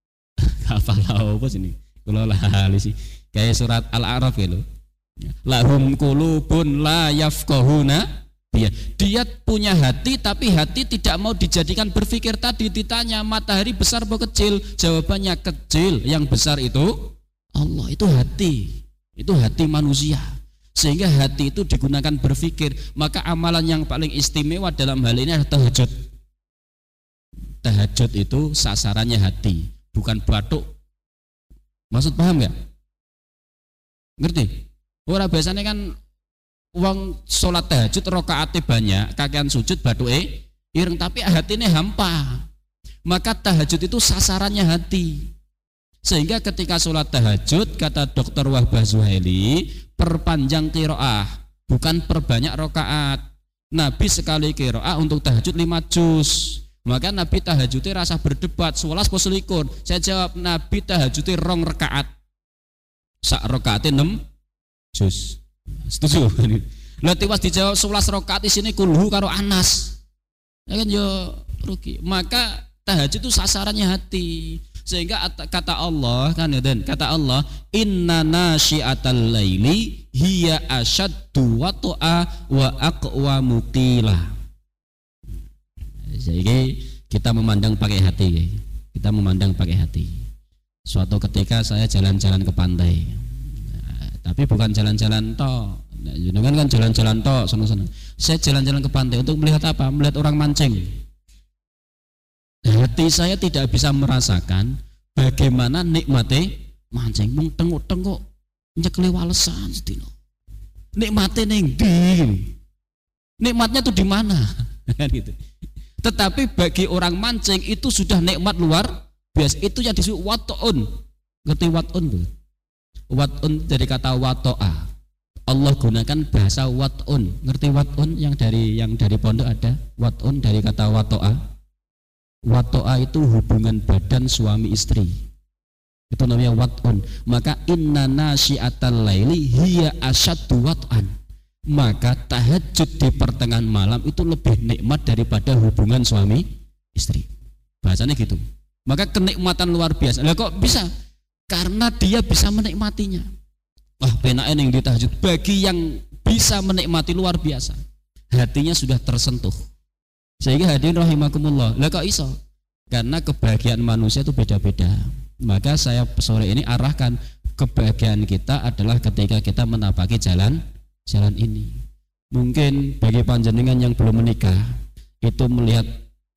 apa sini? Kalau lali sih kayak surat Al-A'raf gitu. Lahum qulubun la yafqahuna. Dia punya hati tapi hati tidak mau dijadikan berpikir. Tadi ditanya matahari besar atau kecil, jawabannya kecil, yang besar itu Allah. Itu hati manusia, sehingga hati itu digunakan berpikir. Maka amalan yang paling istimewa dalam hal ini adalah tahajud. Tahajud itu sasarannya hati, bukan batuk. Maksud paham nggak? Ngerti? Ora biasanya kan uang sholat tahajud rakaatnya banyak, kakean sujud baduke ireng tapi hatine hampa. Maka tahajud itu sasarannya hati. Sehingga ketika sholat tahajud kata Dr. Wahbah Zuhaili, perpanjang qiraah, bukan perbanyak rakaat. Nabi sekali qiraah untuk tahajud 5 juz. Maka Nabi tahajudnya rasa berdebat 11 pos likur. Saya jawab Nabi tahajudnya 2 rakaat. Sak rakaatnya 6 juz. Setuju? Lah tiwas dijawab 11 rakaat di sini kulhu karo Anas. Ya kan yo rugi. Maka tahajud itu sasarannya hati. Sehingga kata Allah kan ya dan kata Allah inna nasyiatal laili hiya asyaddu wat'a wa aqwamu qila. Jadi kita memandang pakai hati. Kita memandang pakai hati. Suatu ketika saya jalan-jalan ke pantai. Tapi bukan jalan-jalan toh. Jangan kan jalan-jalan toh, seneng-seneng. Saya jalan-jalan ke pantai untuk melihat apa? Melihat orang mancing. Hati saya tidak bisa merasakan bagaimana nikmatnya mancing. Mung tengok-tengok nyekeli walesan sedino. Nikmatnya ning ndi? Nikmatnya tuh di mana? Kan gitu. Tetapi bagi orang mancing itu sudah nikmat luar biasa. Itu yang disebut wat'un. Ngerti wat'un tuh? Wat'un dari kata wato'a. Allah gunakan bahasa wat'un. Ngerti wat'un yang dari pondok ada? Wat'un dari kata wato'a. Wato'a itu hubungan badan suami istri. Itu namanya wat'un. Maka inna nasyiatal laili hiya asyaddu wat'an. Maka tahajud di pertengahan malam itu lebih nikmat daripada hubungan suami istri. Bahasanya gitu. Maka kenikmatan luar biasa. Lah kok bisa? Karena dia bisa menikmatinya. Wah, penake ning ditahajud. Bagi yang bisa menikmati luar biasa, hatinya sudah tersentuh. Sehingga hadirin rahimakumullah. Lah kok iso? Karena kebahagiaan manusia itu beda-beda. Maka saya sore ini arahkan kebahagiaan kita adalah ketika kita menapaki jalan ini. Mungkin bagi panjenengan yang belum menikah itu melihat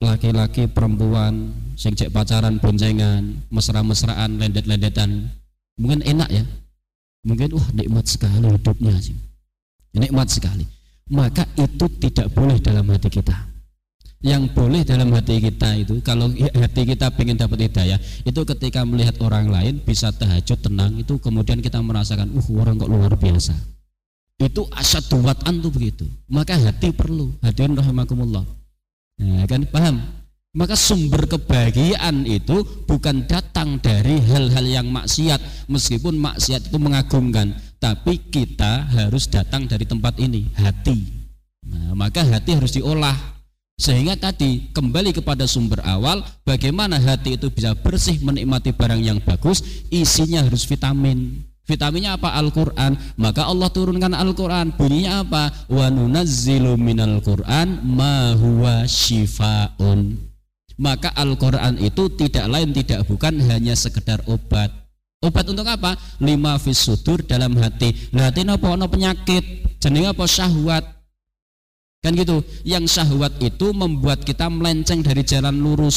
laki-laki perempuan sing cek pacaran boncengan, mesra-mesraan, lendet-lendetan, mungkin enak ya, mungkin wah nikmat sekali hidupnya sih, nikmat sekali. Maka itu tidak boleh dalam hati kita. Yang boleh dalam hati kita itu, kalau hati kita ingin dapat hidayah, itu ketika melihat orang lain bisa tahajud tenang, itu kemudian kita merasakan, orang kok luar biasa. Itu asyaddu wat'an tuh begitu. Maka hati perlu, hadirin rahimakumullah. Nah, kan paham? Maka sumber kebahagiaan itu bukan datang dari hal-hal yang maksiat, meskipun maksiat itu mengagumkan, tapi kita harus datang dari tempat ini, hati. Nah, maka hati harus diolah. Sehingga tadi kembali kepada sumber awal, bagaimana hati itu bisa bersih menikmati barang yang bagus, isinya harus vitamin. Vitaminnya apa? Al-Quran. Maka Allah turunkan Al-Quran. Bunyinya apa? Wa nunazzilu minal Quran ma huwa shifaun. Maka Al-Quran itu tidak lain tidak bukan hanya sekedar obat. Obat untuk apa? Lima fis sudur, dalam hati. Nah, hati apa? Ono penyakit. Jenenge apa? Syahwat. Kan gitu. Yang syahwat itu membuat kita melenceng dari jalan lurus.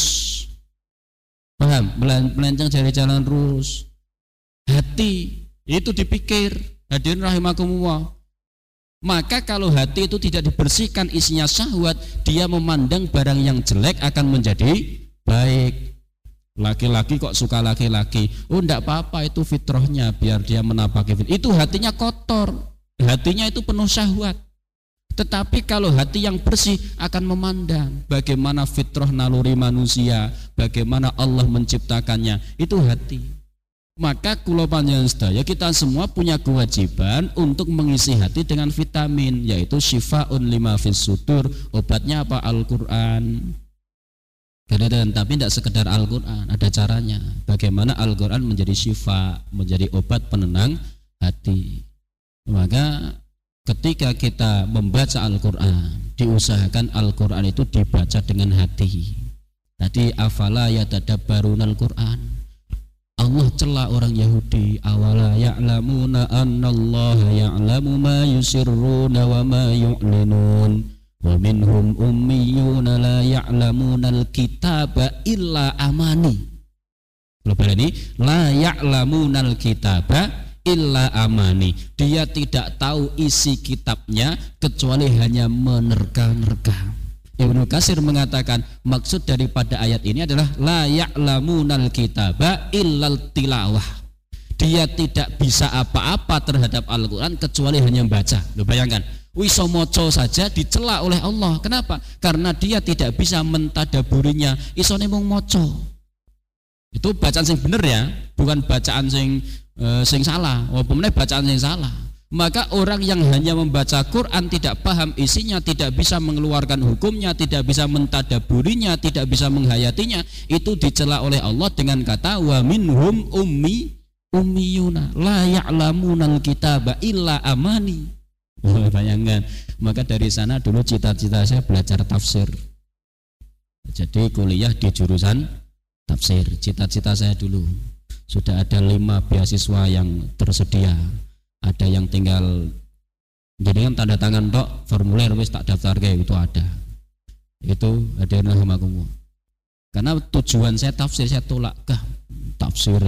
Paham? Melenceng dari jalan lurus. Hati itu dipikir, hadirin rahimakumullah. Maka kalau hati itu tidak dibersihkan isinya syahwat, dia memandang barang yang jelek akan menjadi baik. Laki-laki kok suka laki-laki, enggak apa-apa, itu fitrahnya, biar dia menapaki fitrah. Itu hatinya kotor, hatinya itu penuh syahwat. Tetapi kalau hati yang bersih akan memandang bagaimana fitrah naluri manusia, bagaimana Allah menciptakannya, itu hati. Maka kula panjenengan sedaya, kita semua punya kewajiban untuk mengisi hati dengan vitamin, yaitu syifaun lima fis sudur. Obatnya apa? Al-Quran. Tapi tidak sekedar Al-Quran, ada caranya. Bagaimana Al-Quran menjadi syifa, menjadi obat penenang hati. Maka ketika kita membaca Al-Quran, diusahakan Al-Quran itu dibaca dengan hati. Tadi afala yatadabbarunal Quran. Allah cela orang Yahudi, awala ya'lamuna annallaha ya'lamu ma yusirruna wa ma yu'linun wa minhum ummiyuna la ya'lamunal kitaba illa amani. Kalau ini la ya'lamunal kitaba illa amani, dia tidak tahu isi kitabnya kecuali hanya menerka-nerka. Ibnu Katsir mengatakan maksud daripada ayat ini adalah la ya'lamunal kitaba illal tilawah. Dia tidak bisa apa-apa terhadap Al-Quran kecuali hanya membaca. Loh, bayangkan, wiso moco saja dicela oleh Allah. Kenapa? Karena dia tidak bisa mentadaburinya. Isone mung moco. Itu bacaan sing bener ya, bukan bacaan sing salah. Walaupun bacaan sing salah. Maka orang yang hanya membaca Quran tidak paham isinya, tidak bisa mengeluarkan hukumnya, tidak bisa mentadaburinya, tidak bisa menghayatinya, itu dicela oleh Allah dengan kata wa minhum ummiyuna la ya'lamunal kitaba illa amani. Bayangkan. Maka dari sana dulu cita-cita saya belajar tafsir. Jadi kuliah di jurusan tafsir. Cita-cita saya dulu. Sudah ada 5 beasiswa yang tersedia. Ada yang tinggal jadi kan tanda tangan tok, formulir wis tak daftar kayak itu ada. Itu ada rahmakumullah. Karena tujuan saya tafsir, saya tolak tafsir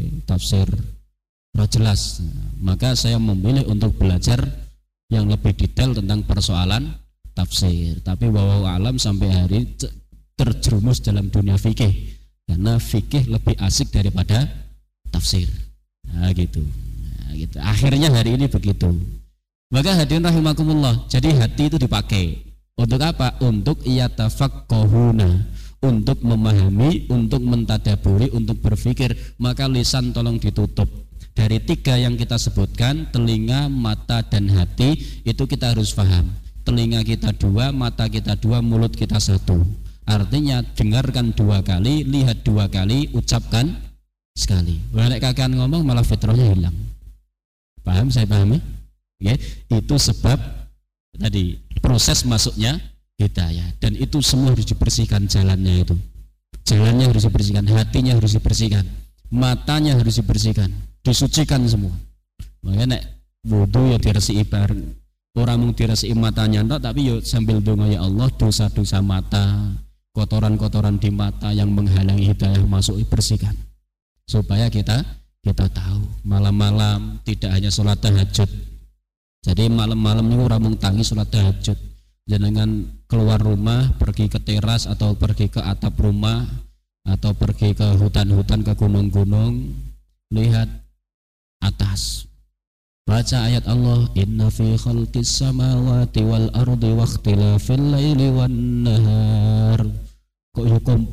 jelas. Maka saya memilih untuk belajar yang lebih detail tentang persoalan tafsir. Tapi wallahu alam sampai hari terjerumus dalam dunia fikih, karena fikih lebih asik daripada tafsir. Nah gitu. Gitu. Akhirnya hari ini begitu. Maka hadirin rahimakumullah, jadi hati itu dipakai untuk apa? Untuk yatafaqqahuna, untuk memahami, untuk mentadaburi, untuk berpikir. Maka lisan tolong ditutup. Dari 3 yang kita sebutkan, telinga, mata, dan hati, itu kita harus paham. Telinga kita 2, mata kita 2, mulut kita 1. Artinya dengarkan 2 kali, lihat 2 kali, ucapkan sekali. Kalau kakak ngomong malah fitrahnya hilang. Paham? Saya pahami? Okay. Itu sebab tadi proses masuknya hidayah, dan itu semua harus dibersihkan. Jalannya harus dibersihkan, hatinya harus dibersihkan, matanya harus dibersihkan, disucikan semua. Makanya nek wudu ya diresiki bareng. Orang mung diresiki matanya enggak, tapi yo sambil donga, ya Allah, dosa-dosa mata, kotoran-kotoran di mata yang menghalangi hidayah masuk, bersihkan. Supaya kita tahu malam-malam tidak hanya sholat tahajud. Jadi malam-malam ini orang mung tangi sholat tahajud. Jangan keluar rumah, pergi ke teras atau pergi ke atap rumah atau pergi ke hutan-hutan, ke gunung-gunung, lihat atas. Baca ayat Allah, inna fi khalqis samawati wal ardi wa ikhtilafil laili wan nahar. Kok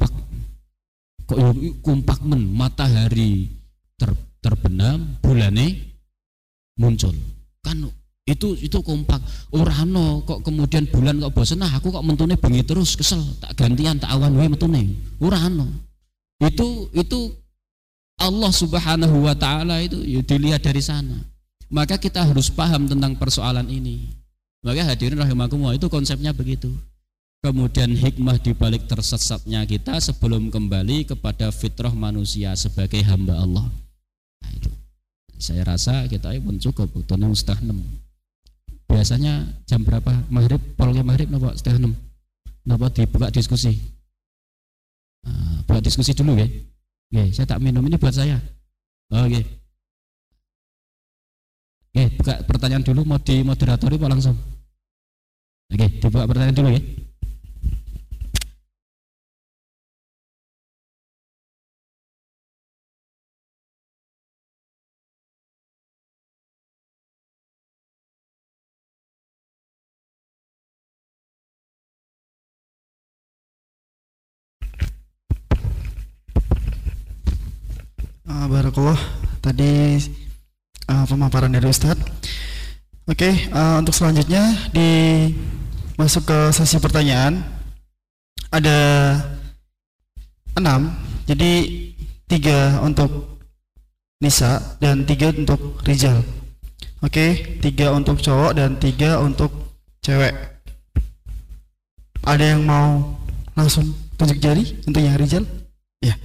kompak men, matahari terbenam, bulane muncul. Kan itu kompak. Urano kok kemudian bulan kok bosen, aku kok mentune bengi terus, kesel, tak gantian, tak awan wae metune. Urano. Itu Allah Subhanahu wa taala itu ya dilihat dari sana. Maka kita harus paham tentang persoalan ini. Maka hadirin rahimakumullah, itu konsepnya begitu. Kemudian hikmah di balik tersesatnya kita sebelum kembali kepada fitrah manusia sebagai hamba Allah. Nah, itu. Saya rasa kita pun cukup waktunya 5:30. Biasanya jam berapa maghrib? Polnya maghrib napa 5:30? Napa dibuka diskusi? Buat diskusi dulu ya. Oke, saya tak minum ini buat saya. Oke. Oke, buka pertanyaan dulu, mau dimoderatori apa langsung? Oke, dibuka pertanyaan dulu ya. Barakallah, tadi pemaparan dari Ustadz. Oke, untuk selanjutnya masuk ke sesi pertanyaan. Ada 6, jadi 3 untuk nisa dan 3 untuk rijal. Oke, 3 untuk cowok dan 3 untuk cewek. Ada yang mau langsung tunjuk jari untuk yang rijal? Ya.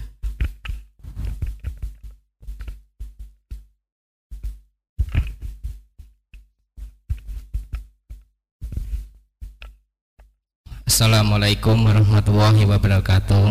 Assalamualaikum warahmatullahi wabarakatuh.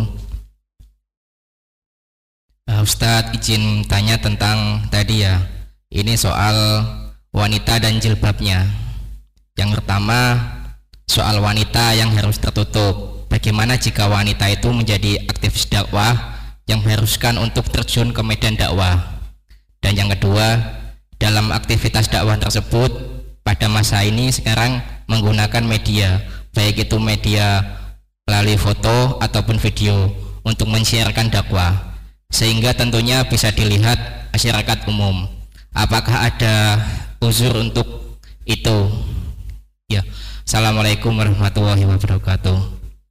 Ustadz izin tanya tentang tadi ya, ini soal wanita dan jilbabnya. Yang pertama soal wanita yang harus tertutup. Bagaimana jika wanita itu menjadi aktivis dakwah yang mengharuskan untuk terjun ke medan dakwah? Dan yang kedua, dalam aktivitas dakwah tersebut pada masa ini sekarang menggunakan media, baik itu media melalui foto ataupun video untuk mensiarkan dakwah, sehingga tentunya bisa dilihat masyarakat umum. Apakah ada uzur untuk itu? Ya, Assalamualaikum warahmatullahi wabarakatuh.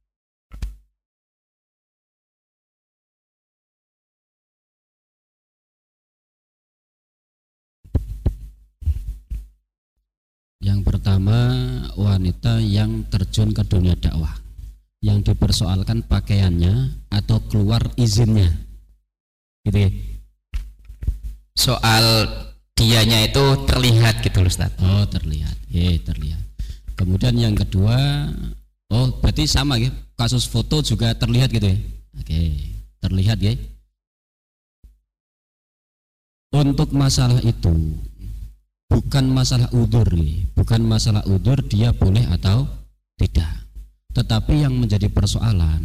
Yang pertama, wanita yang terjun ke dunia dakwah, yang dipersoalkan pakaiannya atau keluar izinnya, gitu ya. Soal dianya itu terlihat gitu loh, Ustaz. Oh, terlihat, terlihat. Kemudian yang kedua, berarti sama ya, kasus foto juga terlihat gitu ya. Oke, terlihat ya. Untuk masalah itu bukan masalah udzur, bukan masalah udzur dia boleh atau tidak. Tetapi yang menjadi persoalan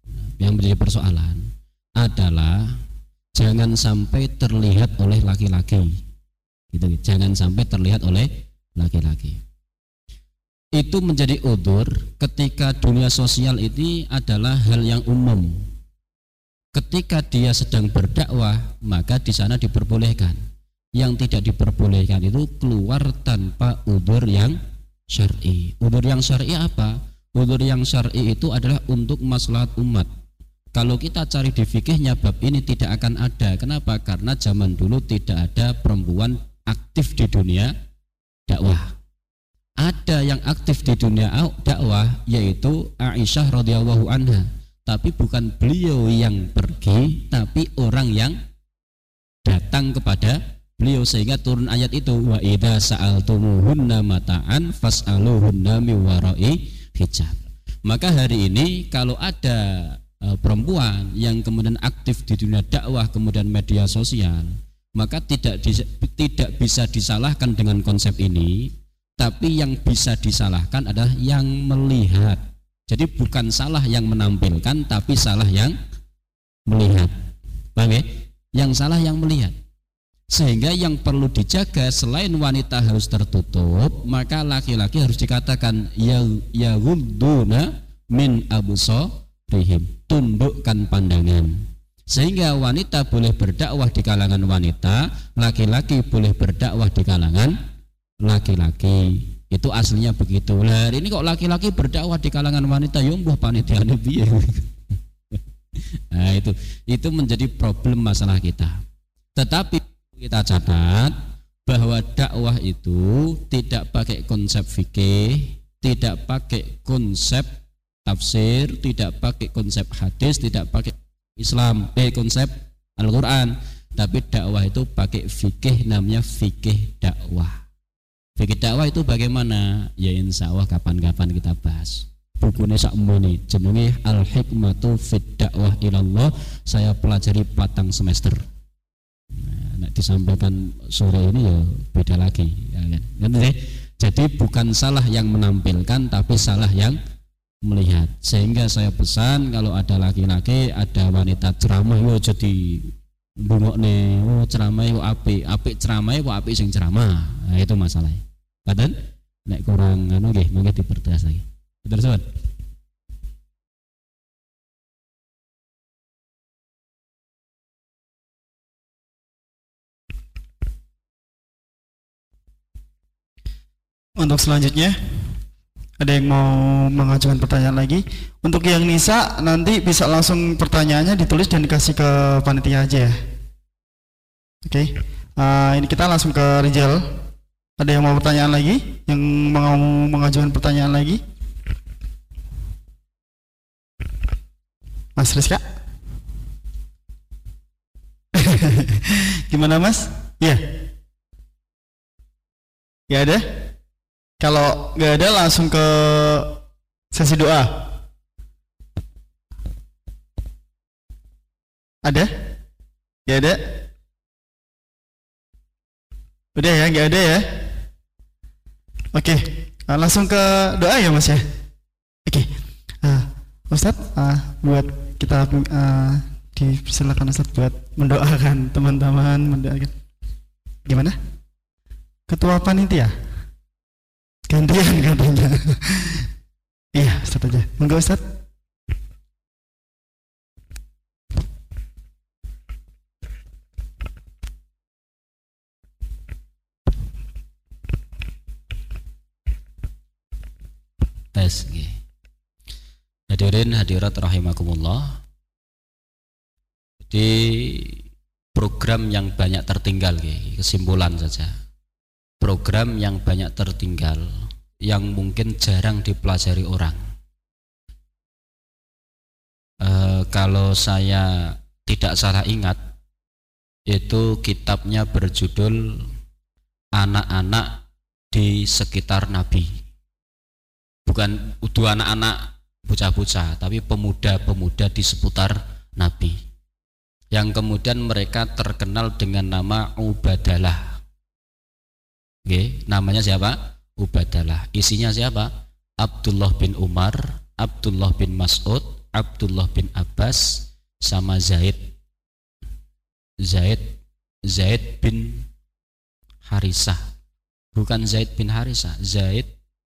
adalah jangan sampai terlihat oleh laki-laki. Gitu, jangan sampai terlihat oleh laki-laki. Itu menjadi udzur ketika dunia sosial ini adalah hal yang umum. Ketika dia sedang berdakwah, maka di sana diperbolehkan. Yang tidak diperbolehkan itu keluar tanpa udzur yang syar'i. Udzur yang syar'i apa? Udzur yang syar'i itu adalah untuk maslahat umat. Kalau kita cari di fikihnya, bab ini tidak akan ada. Kenapa? Karena zaman dulu tidak ada perempuan aktif di dunia dakwah. Ada yang aktif di dunia dakwah, yaitu Aisyah radhiyallahu anha. Tapi bukan beliau yang pergi, tapi orang yang datang kepada beliau, sehingga turun ayat itu, wa idza sa'altumuhunna mata'an fas'aluhunna min wara'i hijab. Maka hari ini kalau ada perempuan yang kemudian aktif di dunia dakwah kemudian media sosial, maka tidak bisa disalahkan dengan konsep ini, tapi yang bisa disalahkan adalah yang melihat. Jadi bukan salah yang menampilkan, tapi salah yang melihat. Paham ya? Yang salah yang melihat. Sehingga yang perlu dijaga selain wanita harus tertutup, maka laki-laki harus dikatakan ya ghudduna min absarihim, tundukkan pandangan. Sehingga wanita boleh berdakwah di kalangan wanita, laki-laki boleh berdakwah di kalangan laki-laki. Itu aslinya begitu. Lah ini kok laki-laki berdakwah di kalangan wanita, ya mbah panitiane piye. Nah, itu menjadi problem masalah kita. Tetapi kita catat bahwa dakwah itu tidak pakai konsep fikih, tidak pakai konsep tafsir, tidak pakai konsep hadis, tidak pakai Islam, konsep Al-Quran, tapi dakwah itu pakai fikih, namanya fikih dakwah. Fikih dakwah itu bagaimana? Ya insya Allah kapan-kapan kita bahas. Bukunya sakmene jenenge Al-Hikmatu Fid Dakwah Ilallah, saya pelajari patang semester. Nah, disampaikan sore ini ya beda lagi, ya kan? Jadi bukan salah yang menampilkan, tapi salah yang melihat. Sehingga saya pesan kalau ada laki-laki, ada wanita ceramah, yo jadi bungokne, oh ceramah yo apik ceramah yo apik sing ceramah. Nah, itu masalahnya. Padahal nek kurang anu nggih, mangke dipertegas lagi. Betul sobat? Untuk selanjutnya ada yang mau mengajukan pertanyaan lagi? Untuk yang Nisa nanti bisa langsung pertanyaannya ditulis dan dikasih ke panitia aja ya. Oke. Ini kita langsung ke Rijal. Ada yang mau pertanyaan lagi? Yang mau mengajukan pertanyaan lagi? Mas Rizka? Gimana Mas? Ya. Gak ada? Kalau nggak ada langsung ke sesi doa. Ada? Nggak ada? Udah ya, nggak ada ya? Oke, langsung ke doa ya Mas ya. Oke, Ustadz, buat kita dipersilakan Ustadz buat mendoakan teman-teman, mendoakan. Gimana? Ketua panitia? Gantian katanya. Iya, Ustadz aja. Monggo Ustadz. Tes nggih. Hadirin hadirat rahimakumullah. Jadi program yang banyak tertinggal nggih, kesimpulan saja. Program yang banyak tertinggal, yang mungkin jarang dipelajari orang. Kalau saya tidak salah ingat, itu kitabnya berjudul Anak-anak di Sekitar Nabi. Bukan dua anak-anak bocah-bocah, tapi pemuda-pemuda di seputar Nabi, yang kemudian mereka terkenal dengan nama Ubadalah. Oke, namanya siapa? Ubadalah. Isinya siapa? Abdullah bin Umar, Abdullah bin Mas'ud, Abdullah bin Abbas, sama Zaid bin Harisah. Bukan Zaid bin Harisah, Zaid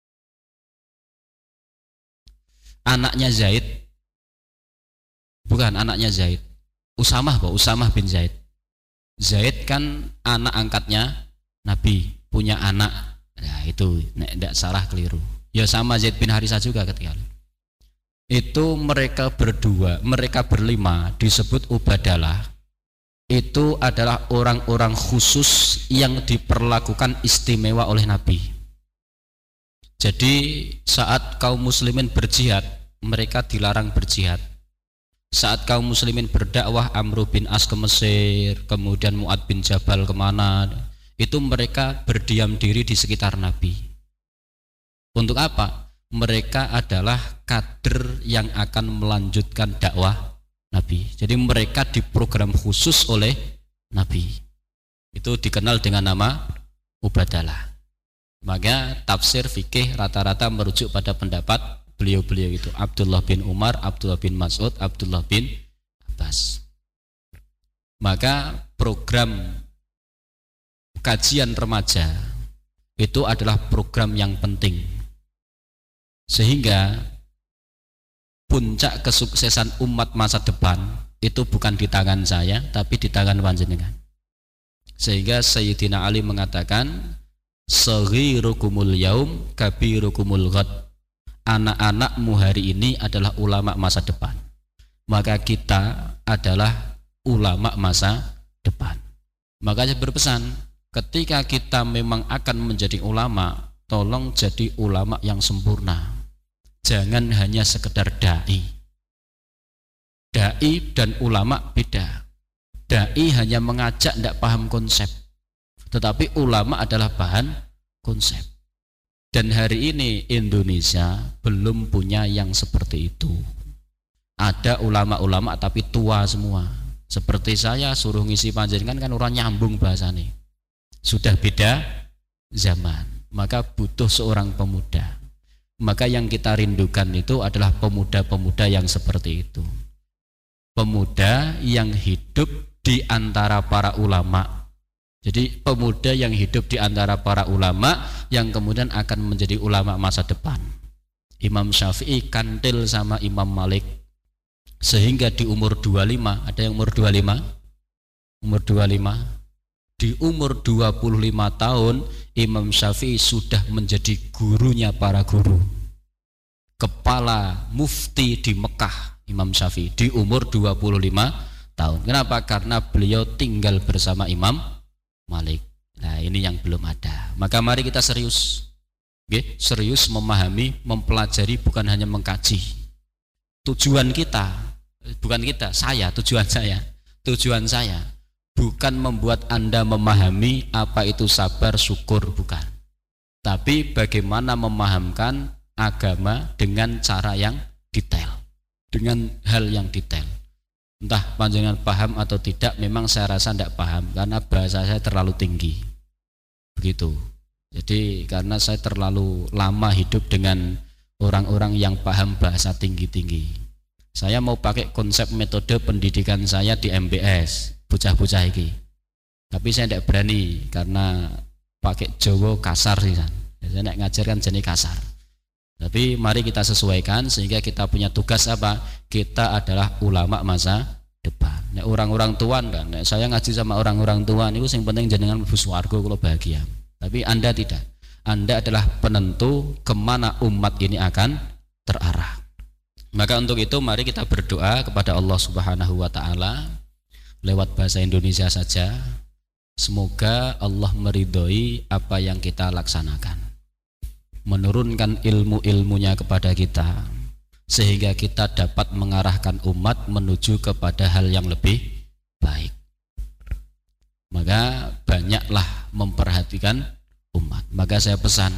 anaknya Zaid. Bukan anaknya Zaid. Usamah bin Zaid. Zaid kan anak angkatnya Nabi, punya anak. Nah itu tidak salah keliru. Ya sama Zaid bin Harisah juga ketika itu mereka berdua, mereka berlima disebut Ubadalah. Itu adalah orang-orang khusus yang diperlakukan istimewa oleh Nabi. Jadi saat kaum muslimin berjihad, mereka dilarang berjihad. Saat kaum muslimin berdakwah, Amr bin As ke Mesir, kemudian Mu'ad bin Jabal kemana, itu mereka berdiam diri di sekitar Nabi. Untuk apa? mereka adalah kader yang akan melanjutkan dakwah Nabi. Jadi mereka diprogram khusus oleh Nabi. Itu dikenal dengan nama mubadalah. Maka tafsir fikih rata-rata merujuk pada pendapat beliau-beliau itu, Abdullah bin Umar, Abdullah bin Mas'ud, Abdullah bin Abbas. Maka program kajian remaja itu adalah program yang penting, sehingga puncak kesuksesan umat masa depan itu bukan di tangan saya, tapi di tangan panjenengan. Sehingga Sayyidina Ali mengatakan, saghirukumul yaum kabirukumul ghad. Anak-anakmu hari ini adalah ulama masa depan, maka kita adalah ulama masa depan. Makanya berpesan, ketika kita memang akan menjadi ulama, tolong jadi ulama yang sempurna. Jangan hanya sekedar dai. Dai dan ulama beda. Dai hanya mengajak, tidak paham konsep. Tetapi ulama adalah bahan konsep. Dan hari ini Indonesia belum punya yang seperti itu. Ada ulama-ulama tapi tua semua. Seperti saya suruh ngisi panjenengan kan orang nyambung bahasanya. Sudah beda zaman. Maka butuh seorang pemuda. Maka yang kita rindukan itu adalah pemuda-pemuda yang seperti itu. Pemuda yang hidup di antara para ulama. Jadi pemuda yang hidup di antara para ulama yang kemudian akan menjadi ulama masa depan. Imam Syafi'i kantil sama Imam Malik, sehingga di umur 25, ada yang umur 25? Umur 25. Di umur 25 tahun Imam Syafi'i sudah menjadi gurunya para guru. Kepala mufti di Mekah Imam Syafi'i di umur 25 tahun. Kenapa? Karena beliau tinggal bersama Imam Malik. Nah, ini yang belum ada. Maka mari kita serius. Serius memahami, mempelajari, bukan hanya mengkaji. Tujuan kita, bukan kita, tujuan saya bukan membuat Anda memahami apa itu sabar, syukur, bukan. Tapi bagaimana memahamkan agama dengan cara yang detail, dengan hal yang detail. Entah panjenengan paham atau tidak, memang saya rasa tidak paham karena bahasa saya terlalu tinggi. Begitu. Jadi karena saya terlalu lama hidup dengan orang-orang yang paham bahasa tinggi-tinggi. Saya mau pakai konsep metode pendidikan saya di MBS, bocah-bocah ini. Tapi saya tidak berani karena pakai Jawa kasar sih. Saya tidak ngajar kan jenis kasar. Tapi mari kita sesuaikan sehingga kita punya tugas apa? Kita adalah ulama masa depan. Nek orang-orang tua kan, nek saya ngaji sama orang-orang tua niku sing penting jenengan mlebu swarga kula bahagia. Tapi Anda tidak. Anda adalah penentu kemana umat ini akan terarah. Maka untuk itu mari kita berdoa kepada Allah Subhanahu wa taala lewat bahasa Indonesia saja. Semoga Allah meridhoi apa yang kita laksanakan, menurunkan ilmu-ilmunya kepada kita sehingga kita dapat mengarahkan umat menuju kepada hal yang lebih baik. Maka banyaklah memperhatikan umat. Maka saya pesan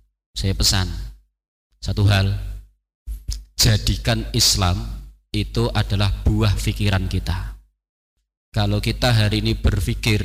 satu hal, jadikan Islam itu adalah buah pikiran kita. Kalau kita hari ini berpikir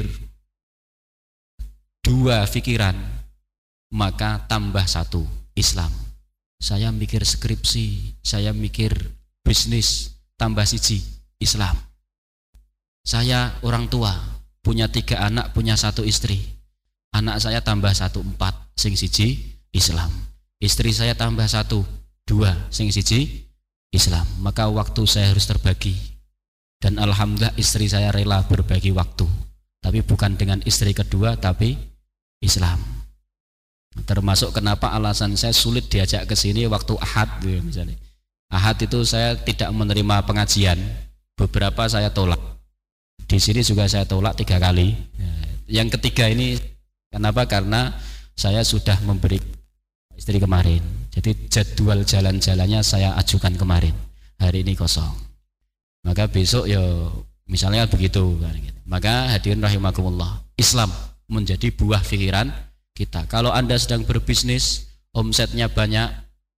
dua pikiran, maka tambah satu, Islam. Saya mikir skripsi, saya mikir bisnis, tambah siji, Islam. Saya orang tua, punya 3 anak, punya 1 istri. Anak saya tambah 1, 4, sing siji, Islam. Istri saya tambah 1, 2, sing siji, Islam. Maka waktu saya harus terbagi. Dan alhamdulillah istri saya rela berbagi waktu. Tapi bukan dengan istri kedua, tapi Islam. Termasuk kenapa alasan saya sulit diajak ke sini waktu Ahad misalnya. Ahad itu saya tidak menerima pengajian. Beberapa saya tolak. Di sini juga saya tolak 3 kali. Yang ketiga ini kenapa? Karena saya sudah memberi istri kemarin. Jadi jadwal jalan-jalannya saya ajukan kemarin. Hari ini kosong. Maka besok ya misalnya begitu. Maka hadirin rahimakumullah, Islam menjadi buah pikiran kita. Kalau Anda sedang berbisnis, omsetnya banyak,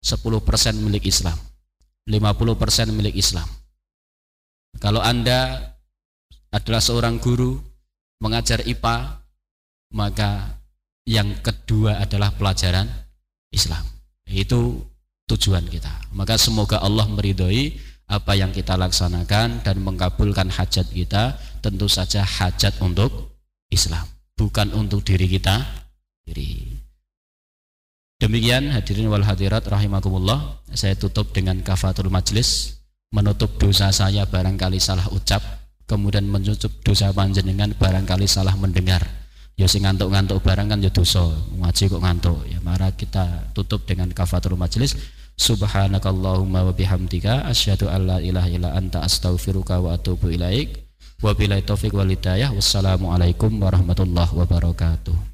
10% milik Islam, 50% milik Islam. Kalau Anda adalah seorang guru mengajar IPA, maka yang kedua adalah pelajaran Islam. Itu tujuan kita. Maka semoga Allah meridhoi apa yang kita laksanakan dan mengabulkan hajat kita, tentu saja hajat untuk Islam, bukan untuk diri kita sendiri. Demikian hadirin wal hadirat rahimakumullah, saya tutup dengan kafatul majlis, menutup dosa saya barangkali salah ucap, kemudian menutup dosa panjenengan barangkali salah mendengar. Ya sing ngantuk-ngantuk barang kan ya dosa, ngaji kok ngantuk. Ya mari kita tutup dengan kafatul majlis. Subhanakallahumma wa bihamdika asyhadu an la ilaha illa anta astaghfiruka wa atubu ilaik. Wabillahi taufiq wal hidayah. Wassalamualaikum warahmatullahi wabarakatuh.